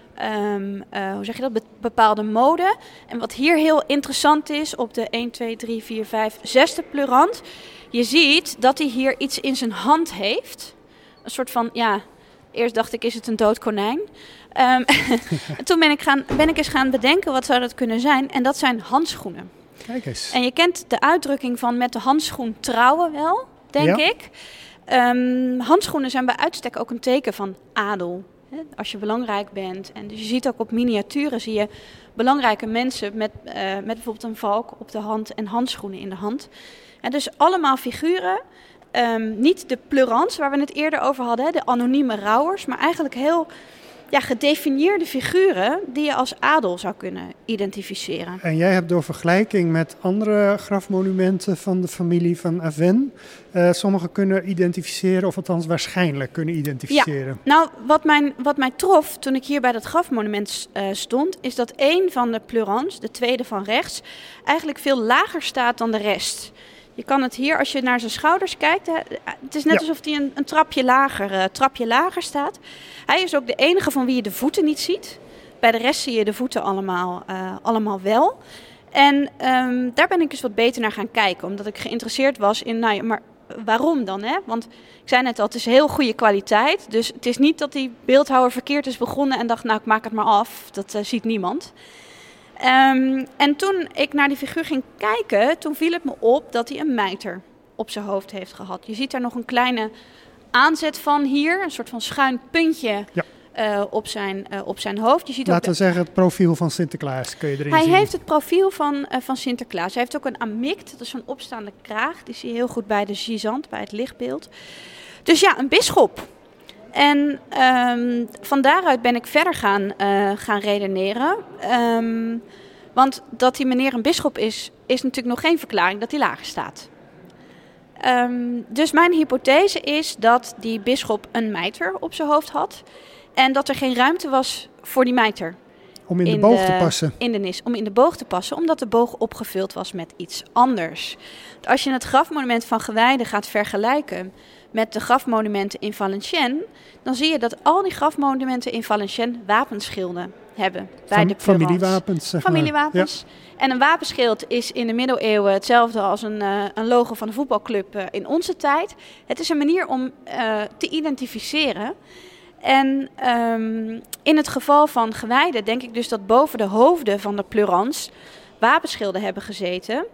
Um, uh, hoe zeg je dat? Be- bepaalde mode. En wat hier heel interessant is op de een, twee, drie, vier, vijf, zesde pleurant. Je ziet dat hij hier iets in zijn hand heeft. Een soort van, ja, eerst dacht ik, is het een dood konijn? Um, toen ben ik, gaan, ben ik eens gaan bedenken, wat zou dat kunnen zijn? En dat zijn handschoenen. Kijk eens. En je kent de uitdrukking van met de handschoen trouwen wel, denk ja. ik. Um, handschoenen zijn bij uitstek ook een teken van adel. Als je belangrijk bent. En dus je ziet ook op miniaturen zie je belangrijke mensen met, uh, met bijvoorbeeld een valk op de hand en handschoenen in de hand. En dus allemaal figuren. Um, niet de pleurants waar we het eerder over hadden, hè, de anonieme rouwers, maar eigenlijk heel ja, gedefinieerde figuren die je als adel zou kunnen identificeren. En jij hebt door vergelijking met andere grafmonumenten van de familie van Aven uh, sommige kunnen identificeren, of althans waarschijnlijk kunnen identificeren. Ja, nou, wat, mijn, wat mij trof toen ik hier bij dat grafmonument uh, stond, is dat één van de pleurants, de tweede van rechts, eigenlijk veel lager staat dan de rest. Je kan het hier, als je naar zijn schouders kijkt, het is net ja. alsof hij een, een trapje lager, uh, trapje lager staat. Hij is ook de enige van wie je de voeten niet ziet. Bij de rest zie je de voeten allemaal, uh, allemaal wel. En um, daar ben ik eens wat beter naar gaan kijken, omdat ik geïnteresseerd was in, nou ja, maar waarom dan? Hè? Want ik zei net al, het is heel goede kwaliteit. Dus het is niet dat die beeldhouwer verkeerd is begonnen en dacht, nou ik maak het maar af. Dat uh, ziet niemand. Um, en toen ik naar die figuur ging kijken, toen viel het me op dat hij een mijter op zijn hoofd heeft gehad. Je ziet daar nog een kleine aanzet van hier, een soort van schuin puntje Ja. uh, op, zijn, uh, op zijn hoofd. Je ziet Laten ook we zeggen, het profiel van Sinterklaas kun je erin Hij zien. heeft het profiel van, uh, van Sinterklaas. Hij heeft ook een amict, dat is zo'n opstaande kraag. Die zie je heel goed bij de gisant, bij het lichtbeeld. Dus ja, een bisschop. En um, van daaruit ben ik verder gaan, uh, gaan redeneren. Um, want dat die meneer een bisschop is, is natuurlijk nog geen verklaring dat hij lager staat. Um, dus mijn hypothese is dat die bisschop een mijter op zijn hoofd had. En dat er geen ruimte was voor die mijter. Om in de boog de, te passen. In de nis, om in de boog te passen, omdat de boog opgevuld was met iets anders. Als je het grafmonument van Gewijde gaat vergelijken met de grafmonumenten in Valenciennes, dan zie je dat al die grafmonumenten in Valenciennes wapenschilden hebben. Bij Fam- de Pleurance. familiewapens, zeg maar. Familiewapens. Ja. En een wapenschild is in de middeleeuwen hetzelfde als een, uh, een logo van een voetbalclub uh, in onze tijd. Het is een manier om uh, te identificeren. En um, in het geval van Gewijde denk ik dus dat boven de hoofden van de Pleurance wapenschilden hebben gezeten,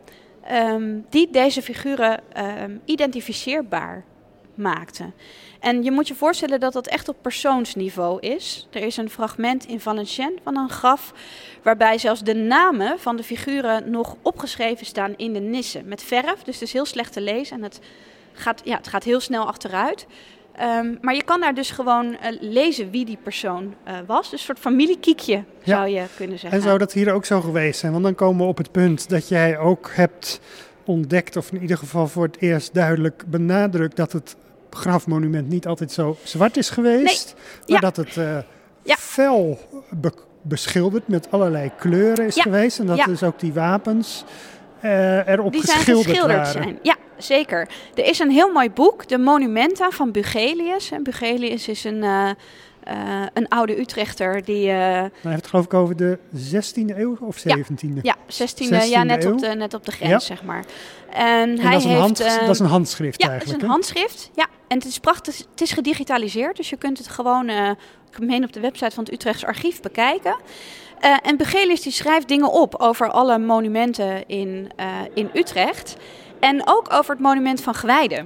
um, die deze figuren um, identificeerbaar maakten. En je moet je voorstellen dat dat echt op persoonsniveau is. Er is een fragment in Valenciennes van een graf waarbij zelfs de namen van de figuren nog opgeschreven staan in de nissen met verf. Dus het is heel slecht te lezen en het gaat, ja, het gaat heel snel achteruit. Um, maar je kan daar dus gewoon uh, lezen wie die persoon uh, was. Dus een soort familiekiekje zou ja. je kunnen zeggen. En zou dat hier ook zo geweest zijn? Want dan komen we op het punt dat jij ook hebt ontdekt, of in ieder geval voor het eerst duidelijk benadrukt, dat het grafmonument niet altijd zo zwart is geweest. Nee. Maar ja. dat het uh, ja. fel be- beschilderd met allerlei kleuren is ja. geweest. En dat ja. dus ook die wapens uh, erop die geschilderd, zijn geschilderd waren. Zijn. Ja, zeker. Er is een heel mooi boek, de Monumenta van Bugelius. En Bugelius is een, uh, uh, een oude Utrechter die... Uh, Hij heeft het geloof ik over de zestiende eeuw of zeventiende? Ja, ja zestiende, zestiende ja net, op de, net op de grens, ja. zeg maar. En, en hij dat, is heeft, hand, uh, dat is een handschrift ja, eigenlijk. Ja, het is een hè? handschrift. Ja, en het is prachtig. Het is gedigitaliseerd, dus je kunt het gewoon, uh, ik meen op de website van het Utrechts Archief bekijken. Uh, en Bugelius die schrijft dingen op over alle monumenten in, uh, in Utrecht. En ook over het monument van Gewijde.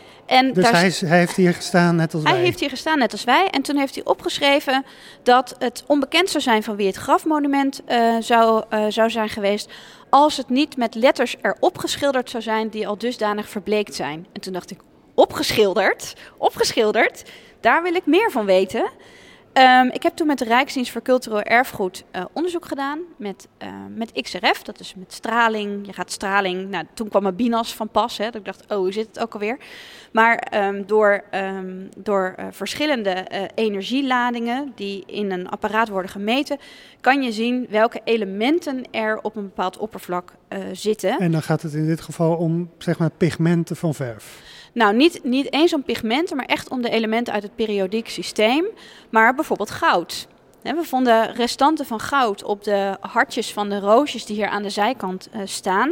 En dus daar hij, is, hij heeft hier gestaan net als hij wij? Hij heeft hier gestaan net als wij. En toen heeft hij opgeschreven dat het onbekend zou zijn van wie het grafmonument uh, zou, uh, zou zijn geweest, als het niet met letters erop geschilderd zou zijn die al dusdanig verbleekt zijn. En toen dacht ik, opgeschilderd? Opgeschilderd? Daar wil ik meer van weten. Um, ik heb toen met de Rijksdienst voor Cultureel Erfgoed uh, onderzoek gedaan met, uh, met X R F, dat is met straling. Je gaat straling, nou, toen kwam er BINAS van pas, hè, dat ik dacht, oh, hoe zit het ook alweer? Maar um, door, um, door uh, verschillende uh, energieladingen die in een apparaat worden gemeten, kan je zien welke elementen er op een bepaald oppervlak uh, zitten. En dan gaat het in dit geval om, zeg maar, pigmenten van verf. Nou, niet, niet eens om pigmenten, maar echt om de elementen uit het periodiek systeem. Maar bijvoorbeeld goud. We vonden restanten van goud op de hartjes van de roosjes die hier aan de zijkant uh, staan.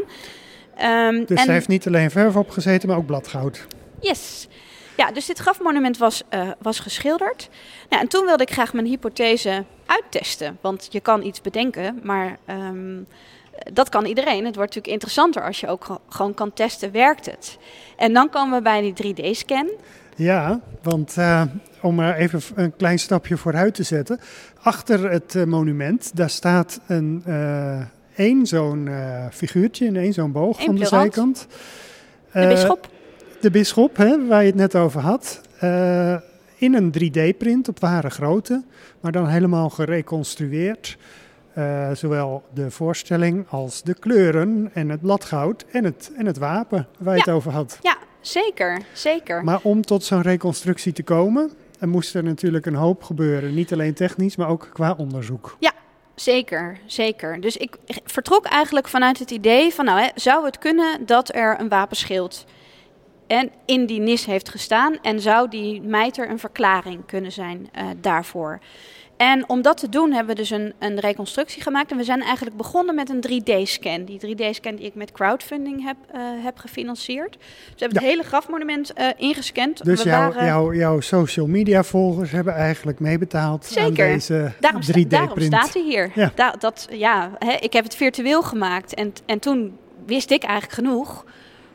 Um, dus en... hij heeft niet alleen verf opgezeten, maar ook bladgoud. Yes. Ja, dus dit grafmonument was, uh, was geschilderd. Nou, en toen wilde ik graag mijn hypothese uittesten. Want je kan iets bedenken, maar... Um, dat kan iedereen. Het wordt natuurlijk interessanter als je ook ge- gewoon kan testen, werkt het? En dan komen we bij die drie D-scan. Ja, want uh, om maar even een klein stapje vooruit te zetten. Achter het uh, monument, daar staat een uh, één zo'n uh, figuurtje in één zo'n boog Eén van de pleurant. zijkant. De Uh, bisschop. De bisschop, hè, waar je het net over had. Uh, in een drie D-print op ware grootte, maar dan helemaal gereconstrueerd. Uh, zowel de voorstelling als de kleuren en het bladgoud en het, en het wapen waar je Ja. het over had. Ja, zeker. Zeker. Maar om tot zo'n reconstructie te komen, er moest er natuurlijk een hoop gebeuren. Niet alleen technisch, maar ook qua onderzoek. Ja, zeker. Zeker. Dus ik vertrok eigenlijk vanuit het idee van, nou, hè, zou het kunnen dat er een wapenschild en in die nis heeft gestaan en zou die mijter een verklaring kunnen zijn uh, daarvoor? En om dat te doen hebben we dus een, een reconstructie gemaakt. En we zijn eigenlijk begonnen met een drie D-scan. Die drie D-scan die ik met crowdfunding heb, uh, heb gefinancierd. Dus we hebben ja. het hele grafmonument uh, ingescand. Dus we jouw, waren... jouw, jouw social media volgers hebben eigenlijk meebetaald Zeker. aan deze daarom drie D-print. Daarom staat hij hier. Ja. Da- dat, ja, hè, ik heb het virtueel gemaakt. En, en toen wist ik eigenlijk genoeg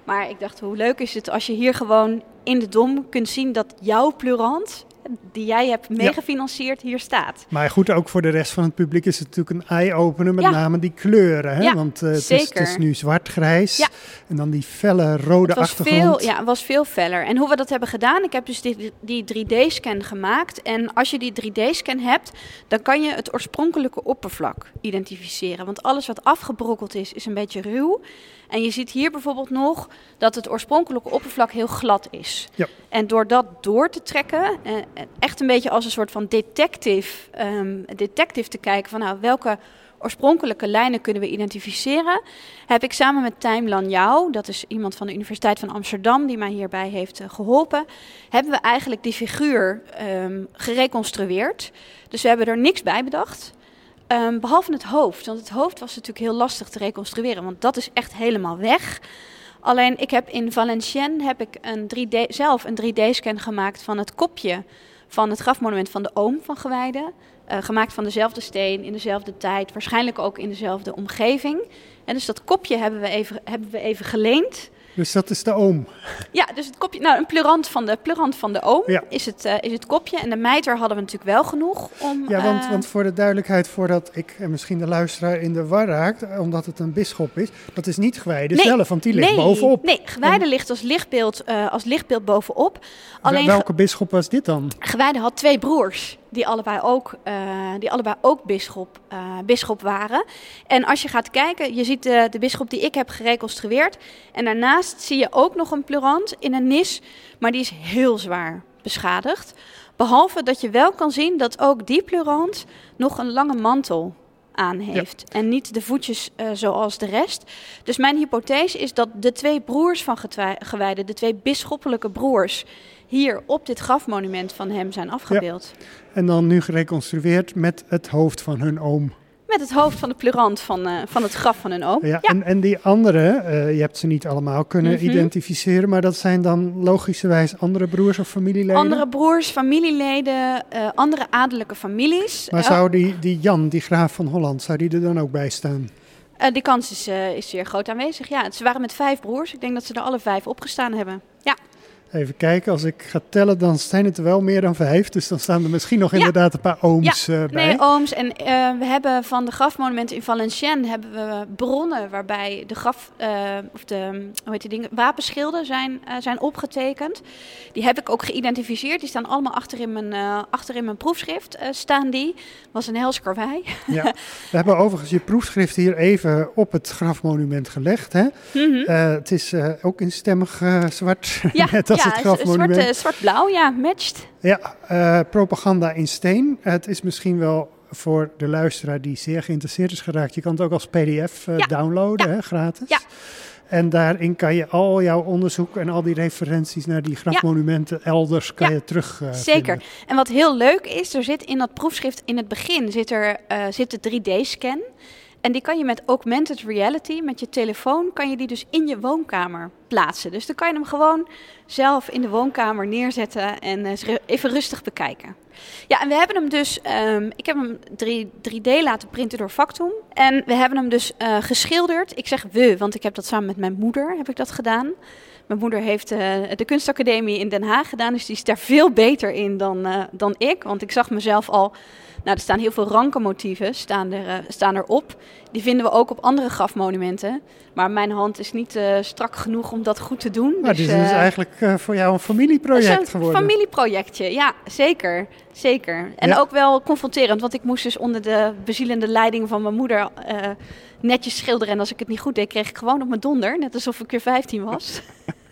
Maar ik dacht, hoe leuk is het als je hier gewoon in de Dom kunt zien dat jouw pleurant, die jij hebt meegefinancierd, hier staat. Maar goed, ook voor de rest van het publiek is het natuurlijk een eye-opener, met ja. name die kleuren. Hè? Ja, Want uh, het, is, het is nu zwart-grijs ja. en dan die felle rode het was achtergrond. Veel, ja, het was veel feller. En hoe we dat hebben gedaan, ik heb dus die, die drie D-scan gemaakt. En als je die drie D-scan hebt, dan kan je het oorspronkelijke oppervlak identificeren. Want alles wat afgebrokkeld is, is een beetje ruw. En je ziet hier bijvoorbeeld nog dat het oorspronkelijke oppervlak heel glad is. Ja. En door dat door te trekken, eh, echt een beetje als een soort van detective, um, detective te kijken van nou, welke oorspronkelijke lijnen kunnen we identificeren, heb ik samen met Tijm Lanjou, dat is iemand van de Universiteit van Amsterdam die mij hierbij heeft uh, geholpen, hebben we eigenlijk die figuur um, gereconstrueerd. Dus we hebben er niks bij bedacht. Um, behalve het hoofd, want het hoofd was natuurlijk heel lastig te reconstrueren, want dat is echt helemaal weg. Alleen ik heb in Valenciennes heb ik een drie D, zelf een drie D-scan gemaakt van het kopje van het grafmonument van de oom van Gewijde. Uh, gemaakt van dezelfde steen, in dezelfde tijd, waarschijnlijk ook in dezelfde omgeving. En dus dat kopje hebben we even, hebben we even geleend. Dus dat is de oom. Ja, dus het kopje, nou een pleurant van de, pleurant van de oom ja. is, het, uh, is het kopje. En de mijter hadden we natuurlijk wel genoeg om... Ja, want, uh, want voor de duidelijkheid, voordat ik en misschien de luisteraar in de war raakt, omdat het een bisschop is, dat is niet Gewijde nee, zelf, want die ligt nee, bovenop. Nee, Gewijde en, ligt als lichtbeeld, uh, als lichtbeeld bovenop. Alleen welke bisschop was dit dan? Gewijde had twee broers. Die allebei ook, uh, die allebei ook bisschop, uh, bisschop waren. En als je gaat kijken, je ziet de, de bisschop die ik heb gereconstrueerd. En daarnaast zie je ook nog een pleurant in een nis, maar die is heel zwaar beschadigd. Behalve dat je wel kan zien dat ook die pleurant nog een lange mantel aan heeft. Ja. En niet de voetjes uh, zoals de rest. Dus mijn hypothese is dat de twee broers van Gewijde, de twee bisschoppelijke broers, hier op dit grafmonument van hem zijn afgebeeld. Ja. En dan nu gereconstrueerd met het hoofd van hun oom. Met het hoofd van de pleurant van, uh, van het graf van hun oom. Ja, ja. En, en die andere, uh, je hebt ze niet allemaal kunnen mm-hmm. identificeren, maar dat zijn dan logischerwijs andere broers of familieleden? Andere broers, familieleden, uh, andere adellijke families. Maar zou die, die Jan, die graaf van Holland, zou die er dan ook bij staan? Uh, die kans is, uh, is zeer groot aanwezig, ja. Ze waren met vijf broers. Ik denk dat ze er alle vijf opgestaan hebben, ja. Even kijken, als ik ga tellen, dan zijn het er wel meer dan vijf. Dus dan staan er misschien nog ja. inderdaad een paar ooms ja. uh, bij. Nee, ooms. En uh, we hebben van de grafmonumenten in Valenciennes hebben we bronnen waarbij de graf, uh, of de, hoe heet die dingen, wapenschilden zijn, uh, zijn opgetekend. Die heb ik ook geïdentificeerd. Die staan allemaal achter in mijn, uh, achter in mijn proefschrift. Uh, staan die. Was een heel skarwei. Ja. We hebben overigens je proefschrift hier even op het grafmonument gelegd. Hè? Mm-hmm. Uh, het is uh, ook in stemmig uh, zwart. Ja, net als ja, het grafmonument. Zwart, uh, zwart-blauw, ja, matcht. Ja, uh, propaganda in steen. Uh, het is misschien wel voor de luisteraar die zeer geïnteresseerd is geraakt. Je kan het ook als P D F uh, ja. downloaden, ja. Hè, gratis. Ja. En daarin kan je al jouw onderzoek en al die referenties naar die grafmonumenten ja. elders kan ja. je terug uh, Zeker. vinden. En wat heel leuk is, er zit in dat proefschrift in het begin zit er uh, zit de drie D-scan. En die kan je met augmented reality, met je telefoon, kan je die dus in je woonkamer plaatsen. Dus dan kan je hem gewoon zelf in de woonkamer neerzetten en uh, even rustig bekijken. Ja, en we hebben hem dus, um, ik heb hem drie D laten printen door Factum. En we hebben hem dus uh, geschilderd. Ik zeg we, want ik heb dat samen met mijn moeder, heb ik dat gedaan. Mijn moeder heeft uh, de kunstacademie in Den Haag gedaan, dus die is daar veel beter in dan, uh, dan ik. Want ik zag mezelf al... Nou, er staan heel veel rankenmotieven staan, er, uh, staan erop. Die vinden we ook op andere grafmonumenten. Maar mijn hand is niet uh, strak genoeg om dat goed te doen. Maar dus, dit is uh, dus eigenlijk uh, voor jou een familieproject een geworden. Een familieprojectje, ja, zeker. zeker. En ja. ook wel confronterend, want ik moest dus onder de bezielende leiding van mijn moeder uh, netjes schilderen. En als ik het niet goed deed, kreeg ik gewoon op mijn donder. Net alsof ik weer vijftien was.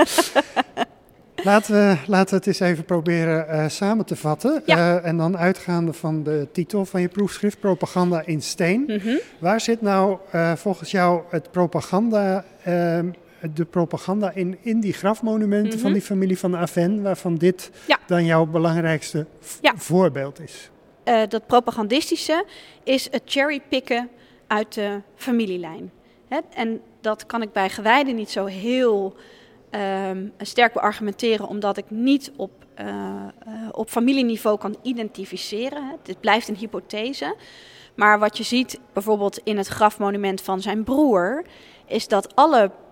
Laten we, laten we het eens even proberen uh, samen te vatten. Ja. Uh, en dan uitgaande van de titel van je proefschrift, Propaganda in steen. Mm-hmm. Waar zit nou uh, volgens jou het propaganda, uh, de propaganda in, in die grafmonumenten mm-hmm. van die familie van Aven, waarvan dit ja. dan jouw belangrijkste v- ja. voorbeeld is? Uh, dat propagandistische is het cherrypicken uit de familielijn. Hè? En dat kan ik bij Gewijde niet zo heel... Um, sterk beargumenteren, omdat ik niet op, uh, uh, op familieniveau kan identificeren. Het blijft een hypothese. Maar wat je ziet bijvoorbeeld in het grafmonument van zijn broer, is dat alle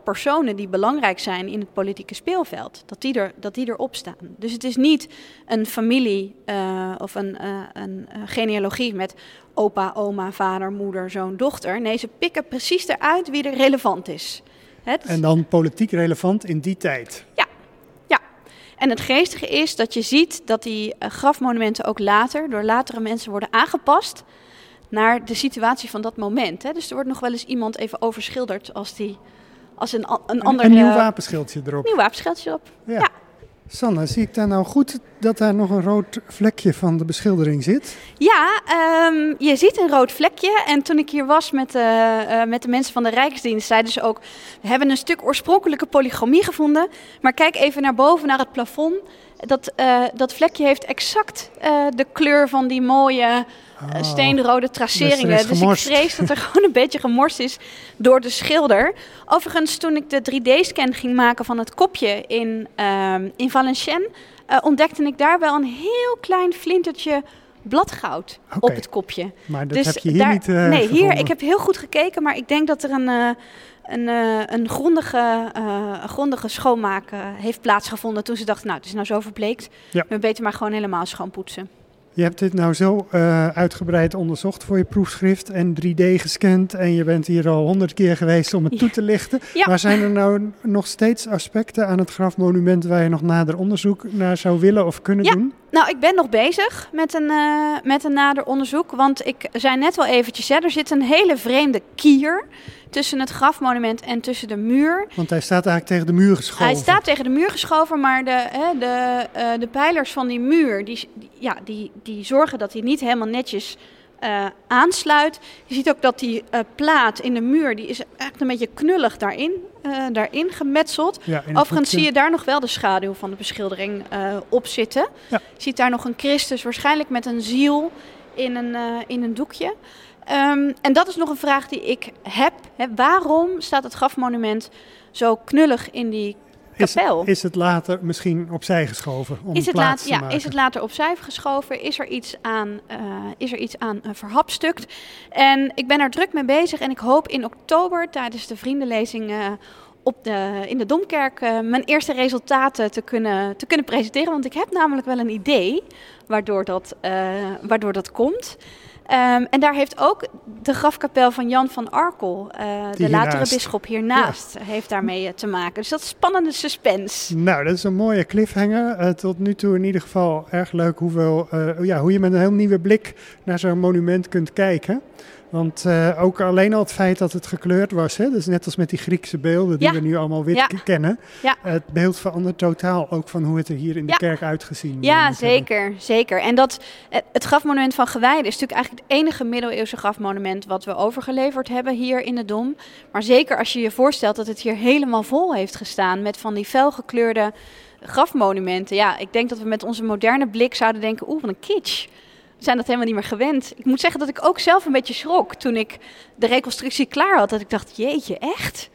personen die belangrijk zijn in het politieke speelveld. Dat die, er, dat die erop staan. Dus het is niet een familie uh, of een, uh, een uh, genealogie met opa, oma, vader, moeder, zoon, dochter. Nee, ze pikken precies eruit wie er relevant is. Het... En dan politiek relevant in die tijd. Ja. ja. En het geestige is dat je ziet dat die uh, grafmonumenten ook later door latere mensen worden aangepast naar de situatie van dat moment. Hè. Dus er wordt nog wel eens iemand even overschilderd als, die, als een, een, een ander... Een nieuw wapenschildje erop. Nieuw wapenschildje op, ja. ja. Sanne, zie ik daar nou goed dat daar nog een rood vlekje van de beschildering zit? Ja, um, je ziet een rood vlekje. En toen ik hier was met, uh, uh, met de mensen van de Rijksdienst, zeiden ze ook, we hebben een stuk oorspronkelijke polychromie gevonden. Maar kijk even naar boven, naar het plafond. Dat, uh, dat vlekje heeft exact uh, de kleur van die mooie uh, steenrode traceringen. Dus, dus ik vrees dat er gewoon een beetje gemorst is door de schilder. Overigens, toen ik de drie D-scan ging maken van het kopje in, uh, in Valenciennes, uh, ontdekte ik daar wel een heel klein flintertje bladgoud okay. op het kopje. Maar dat dus heb je hier daar, niet uh, Nee, gevonden. hier, ik heb heel goed gekeken, maar ik denk dat er een... Uh, Een, uh, een, grondige, uh, een grondige schoonmaak uh, heeft plaatsgevonden toen ze dachten, nou, het is nou zo verbleekt. Ja. We beter maar gewoon helemaal schoonpoetsen. Je hebt dit nou zo uh, uitgebreid onderzocht voor je proefschrift en drie D gescand en je bent hier al honderd keer geweest om het ja. toe te lichten. Ja. Maar zijn er nou nog steeds aspecten aan het grafmonument waar je nog nader onderzoek naar zou willen of kunnen ja. doen? Nou, ik ben nog bezig met een, uh, met een nader onderzoek, want ik zei net wel eventjes, hè, er zit een hele vreemde kier tussen het grafmonument en tussen de muur. Want hij staat eigenlijk tegen de muur geschoven. Hij staat tegen de muur geschoven, maar de, hè, de, uh, de pijlers van die muur, die, die, ja, die, die zorgen dat hij niet helemaal netjes uh, aansluit. Je ziet ook dat die uh, plaat in de muur, die is echt een beetje knullig daarin, uh, daarin gemetseld. Ja, Overigens zie je daar nog wel de schaduw van de beschildering uh, op zitten. Ja. Je ziet daar nog een Christus, waarschijnlijk met een ziel in een, uh, in een doekje. Um, en dat is nog een vraag die ik heb. Hè, waarom staat het grafmonument zo knullig in die kapel? Is, is het later misschien opzij geschoven om is het plaats laat, te ja, maken? Is het later opzij geschoven? Is er iets aan, uh, is er iets aan uh, verhapstukt? En ik ben er druk mee bezig en ik hoop in oktober tijdens de vriendenlezing uh, op de, in de Domkerk uh, mijn eerste resultaten te kunnen, te kunnen presenteren. Want ik heb namelijk wel een idee waardoor dat, uh, waardoor dat komt. Um, en daar heeft ook de grafkapel van Jan van Arkel, uh, de latere bisschop hiernaast, ja. heeft daarmee uh, te maken. Dus dat is spannende suspense. Nou, dat is een mooie cliffhanger. Uh, tot nu toe in ieder geval erg leuk hoeveel, uh, ja, hoe je met een heel nieuwe blik naar zo'n monument kunt kijken. Want uh, ook alleen al het feit dat het gekleurd was, hè, dus net als met die Griekse beelden die ja. we nu allemaal wit ja. kennen. Ja. Uh, het beeld verandert totaal ook van hoe het er hier in de ja. kerk uitgezien Ja, zeker, hebben. zeker. En dat, het grafmonument van Gewijden is natuurlijk eigenlijk het enige middeleeuwse grafmonument wat we overgeleverd hebben hier in de Dom. Maar zeker als je je voorstelt dat het hier helemaal vol heeft gestaan met van die felgekleurde grafmonumenten. Ja, ik denk dat we met onze moderne blik zouden denken, oeh, wat een kitsch. We zijn dat helemaal niet meer gewend. Ik moet zeggen dat ik ook zelf een beetje schrok toen ik de reconstructie klaar had. Dat ik dacht, jeetje, echt?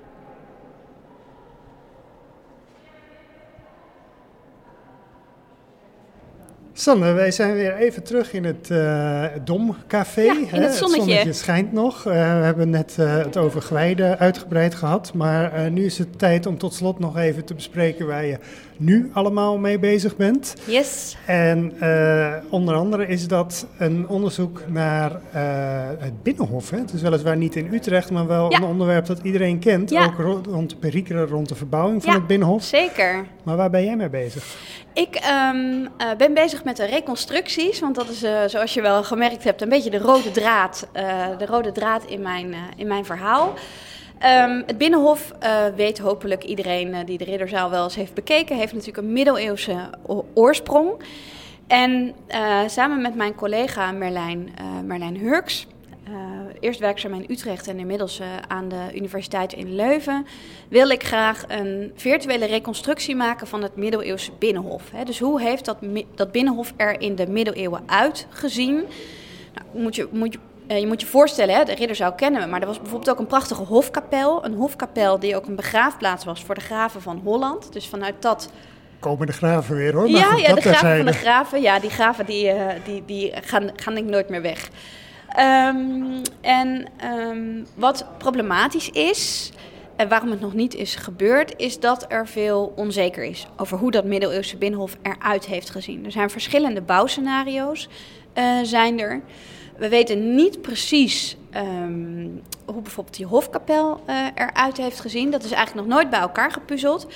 Sanne, wij zijn weer even terug in het uh, Domcafé. Ja, in het zonnetje. Het zonnetje schijnt nog. Uh, we hebben net uh, het over Gewijden uitgebreid gehad. Maar uh, nu is het tijd om tot slot nog even te bespreken waar je nu allemaal mee bezig bent. Yes. En uh, onder andere is dat een onderzoek naar uh, het Binnenhof. Hè? Het is weliswaar niet in Utrecht, maar wel ja. een onderwerp dat iedereen kent. Ja. Ook ro- rond de perikelen, rond de verbouwing van ja, het Binnenhof. Zeker. Maar waar ben jij mee bezig? Ik um, uh, ben bezig met de reconstructies, want dat is, uh, zoals je wel gemerkt hebt, een beetje de rode draad, uh, de rode draad in mijn, uh, in mijn verhaal. Um, het Binnenhof, uh, weet hopelijk iedereen uh, die de Ridderzaal wel eens heeft bekeken, heeft natuurlijk een middeleeuwse o- oorsprong. En uh, samen met mijn collega Merlijn, uh, Merlijn Hurks, uh, eerst werkzaam in Utrecht en inmiddels uh, aan de Universiteit in Leuven, wil ik graag een virtuele reconstructie maken van het middeleeuwse Binnenhof. Hè. Dus hoe heeft dat, dat Binnenhof er in de middeleeuwen uitgezien? Nou, moet je... Moet je Uh, je moet je voorstellen, hè, de Ridderzaal kennen we, maar er was bijvoorbeeld ook een prachtige hofkapel. Een hofkapel die ook een begraafplaats was voor de graven van Holland. Dus vanuit dat... Komen de graven weer hoor. Maar ja, goed, ja dat de graven terzijde. van de graven. Ja, die graven die, uh, die, die gaan, gaan denk ik nooit meer weg. Um, en um, wat problematisch is, en waarom het nog niet is gebeurd, is dat er veel onzeker is over hoe dat middeleeuwse binnenhof eruit heeft gezien. Er zijn verschillende bouwscenario's, uh, zijn er. We weten niet precies um, hoe bijvoorbeeld die hofkapel uh, eruit heeft gezien. Dat is eigenlijk nog nooit bij elkaar gepuzzeld.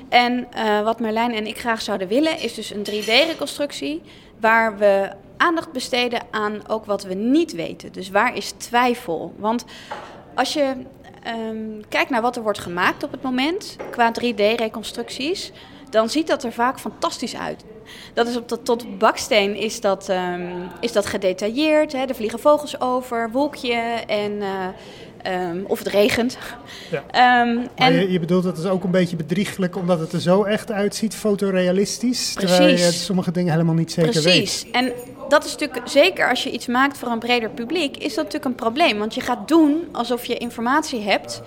En uh, wat Marlijn en ik graag zouden willen, is dus een drie D-reconstructie waar we aandacht besteden aan ook wat we niet weten. Dus waar is twijfel? Want als je um, kijkt naar wat er wordt gemaakt op het moment qua drie D-reconstructies, dan ziet dat er vaak fantastisch uit. Dat is op de, tot baksteen is dat, um, is dat gedetailleerd. Hè? Er vliegen vogels over, wolkje en uh, um, of het regent. Ja. Um, maar en je, je bedoelt dat het is ook een beetje bedrieglijk omdat het er zo echt uitziet, fotorealistisch. Precies. Terwijl je sommige dingen helemaal niet zeker Precies. weet. Precies. En dat is natuurlijk, zeker als je iets maakt voor een breder publiek, is dat natuurlijk een probleem. Want je gaat doen alsof je informatie hebt,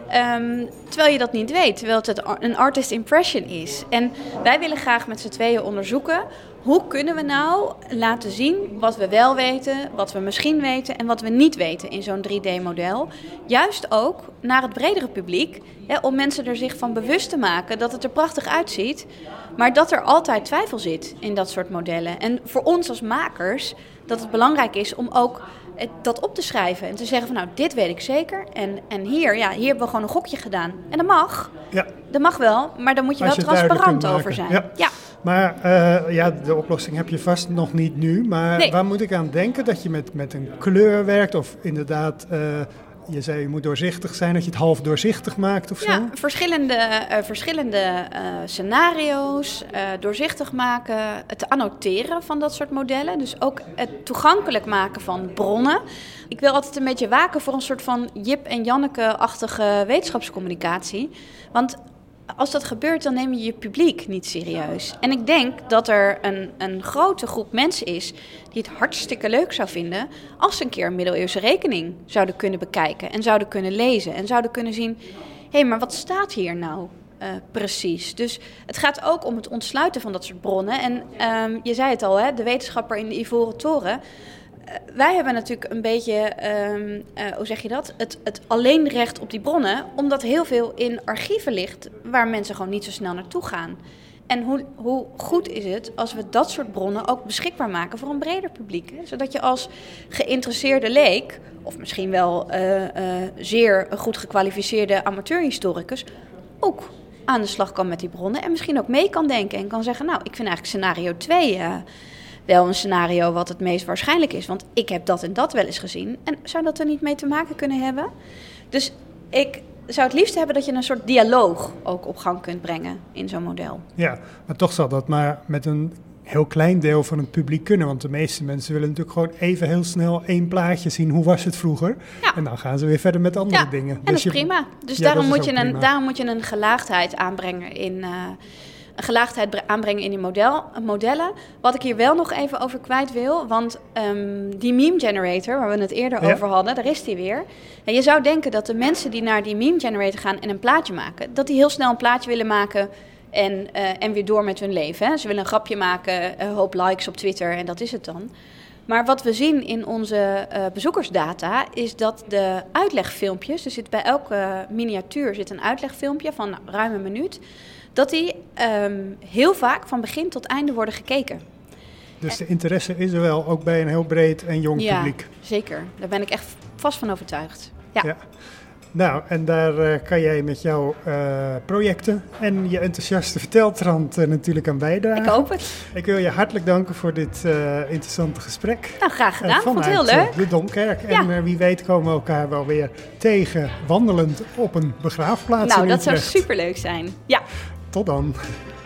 Um, terwijl je dat niet weet, terwijl het een artist impression is. En wij willen graag met z'n tweeën onderzoeken, hoe kunnen we nou laten zien wat we wel weten, wat we misschien weten en wat we niet weten in zo'n drie D-model. Juist ook naar het bredere publiek, hè, om mensen er zich van bewust te maken dat het er prachtig uitziet, maar dat er altijd twijfel zit in dat soort modellen. En voor ons als makers, dat het belangrijk is om ook dat op te schrijven en te zeggen van nou, dit weet ik zeker. En, en hier, ja, hier hebben we gewoon een gokje gedaan. En dat mag. Ja. Dat mag wel, maar daar moet je Als wel je transparant over zijn. Ja. Ja. Maar uh, ja, de oplossing heb je vast nog niet nu. Maar nee. Waar moet ik aan denken? Dat je met, met een kleur werkt of inderdaad, uh, je zei je moet doorzichtig zijn, dat je het half doorzichtig maakt of ja, zo? verschillende, uh, verschillende uh, scenario's, uh, doorzichtig maken, het annoteren van dat soort modellen. Dus ook het toegankelijk maken van bronnen. Ik wil altijd een beetje waken voor een soort van Jip en Janneke-achtige wetenschapscommunicatie. Want als dat gebeurt, dan neem je je publiek niet serieus. En ik denk dat er een, een grote groep mensen is die het hartstikke leuk zou vinden als ze een keer een middeleeuwse rekening zouden kunnen bekijken en zouden kunnen lezen en zouden kunnen zien, hé, hey, maar wat staat hier nou uh, precies? Dus het gaat ook om het ontsluiten van dat soort bronnen. En um, je zei het al, hè, de wetenschapper in de Ivoren Toren. Uh, wij hebben natuurlijk een beetje, um, uh, hoe zeg je dat, het, het alleenrecht op die bronnen, omdat heel veel in archieven ligt waar mensen gewoon niet zo snel naartoe gaan. En hoe, hoe goed is het als we dat soort bronnen ook beschikbaar maken voor een breder publiek? Hè? Zodat je als geïnteresseerde leek, of misschien wel uh, uh, zeer goed gekwalificeerde amateurhistoricus, ook aan de slag kan met die bronnen en misschien ook mee kan denken en kan zeggen, nou, ik vind eigenlijk scenario twee uh, wel een scenario wat het meest waarschijnlijk is, want ik heb dat en dat wel eens gezien. En zou dat er niet mee te maken kunnen hebben? Dus ik zou het liefst hebben dat je een soort dialoog ook op gang kunt brengen in zo'n model. Ja, maar toch zal dat maar met een heel klein deel van het publiek kunnen. Want de meeste mensen willen natuurlijk gewoon even heel snel één plaatje zien. Hoe was het vroeger? Ja. En dan gaan ze weer verder met andere ja, dingen. En dus dat is je, prima. Dus ja, daarom, moet je een, daarom moet je een gelaagdheid aanbrengen in, uh, een gelaagdheid aanbrengen in die model, modellen. Wat ik hier wel nog even over kwijt wil. Want um, die meme generator, waar we het eerder ja. over hadden, daar is die weer. En je zou denken dat de mensen die naar die meme generator gaan en een plaatje maken, dat die heel snel een plaatje willen maken en, uh, en weer door met hun leven. Hè? Ze willen een grapje maken, een hoop likes op Twitter en dat is het dan. Maar wat we zien in onze uh, bezoekersdata is dat de uitlegfilmpjes, er zit bij elke miniatuur zit een uitlegfilmpje van nou, ruim een minuut, dat die um, heel vaak van begin tot einde worden gekeken. Dus de interesse is er wel, ook bij een heel breed en jong ja, publiek. Ja, zeker. Daar ben ik echt vast van overtuigd. Ja. ja. Nou, en daar uh, kan jij met jouw uh, projecten en je enthousiaste verteltrand uh, natuurlijk aan bijdragen. Ik hoop het. Ik wil je hartelijk danken voor dit uh, interessante gesprek. Nou, graag gedaan. Uh, Vond het heel leuk. de Domkerk. Ja. En uh, wie weet komen we elkaar wel weer tegen wandelend op een begraafplaats nou, in dat Utrecht. zou superleuk zijn. Ja. Tot dan.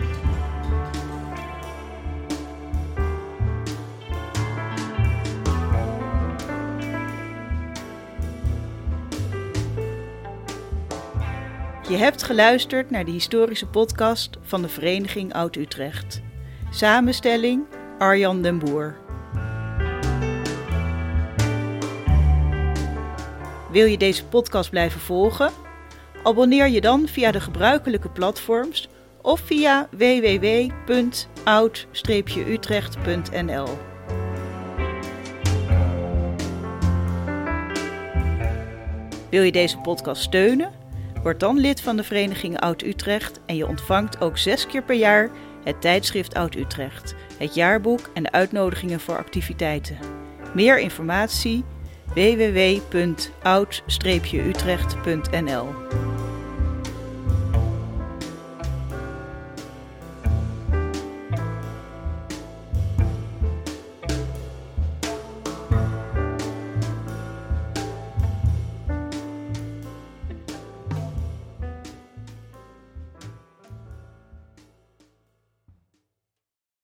Je hebt geluisterd naar de historische podcast van de Vereniging Oud-Utrecht. Samenstelling Arjan den Boer. Wil je deze podcast blijven volgen? Abonneer je dan via de gebruikelijke platforms of via w w w punt oud utrecht punt n l. Wil je deze podcast steunen? Word dan lid van de vereniging Oud-Utrecht en je ontvangt ook zes keer per jaar het tijdschrift Oud-Utrecht, het jaarboek en de uitnodigingen voor activiteiten. Meer informatie w w w punt oud streepje utrecht punt n l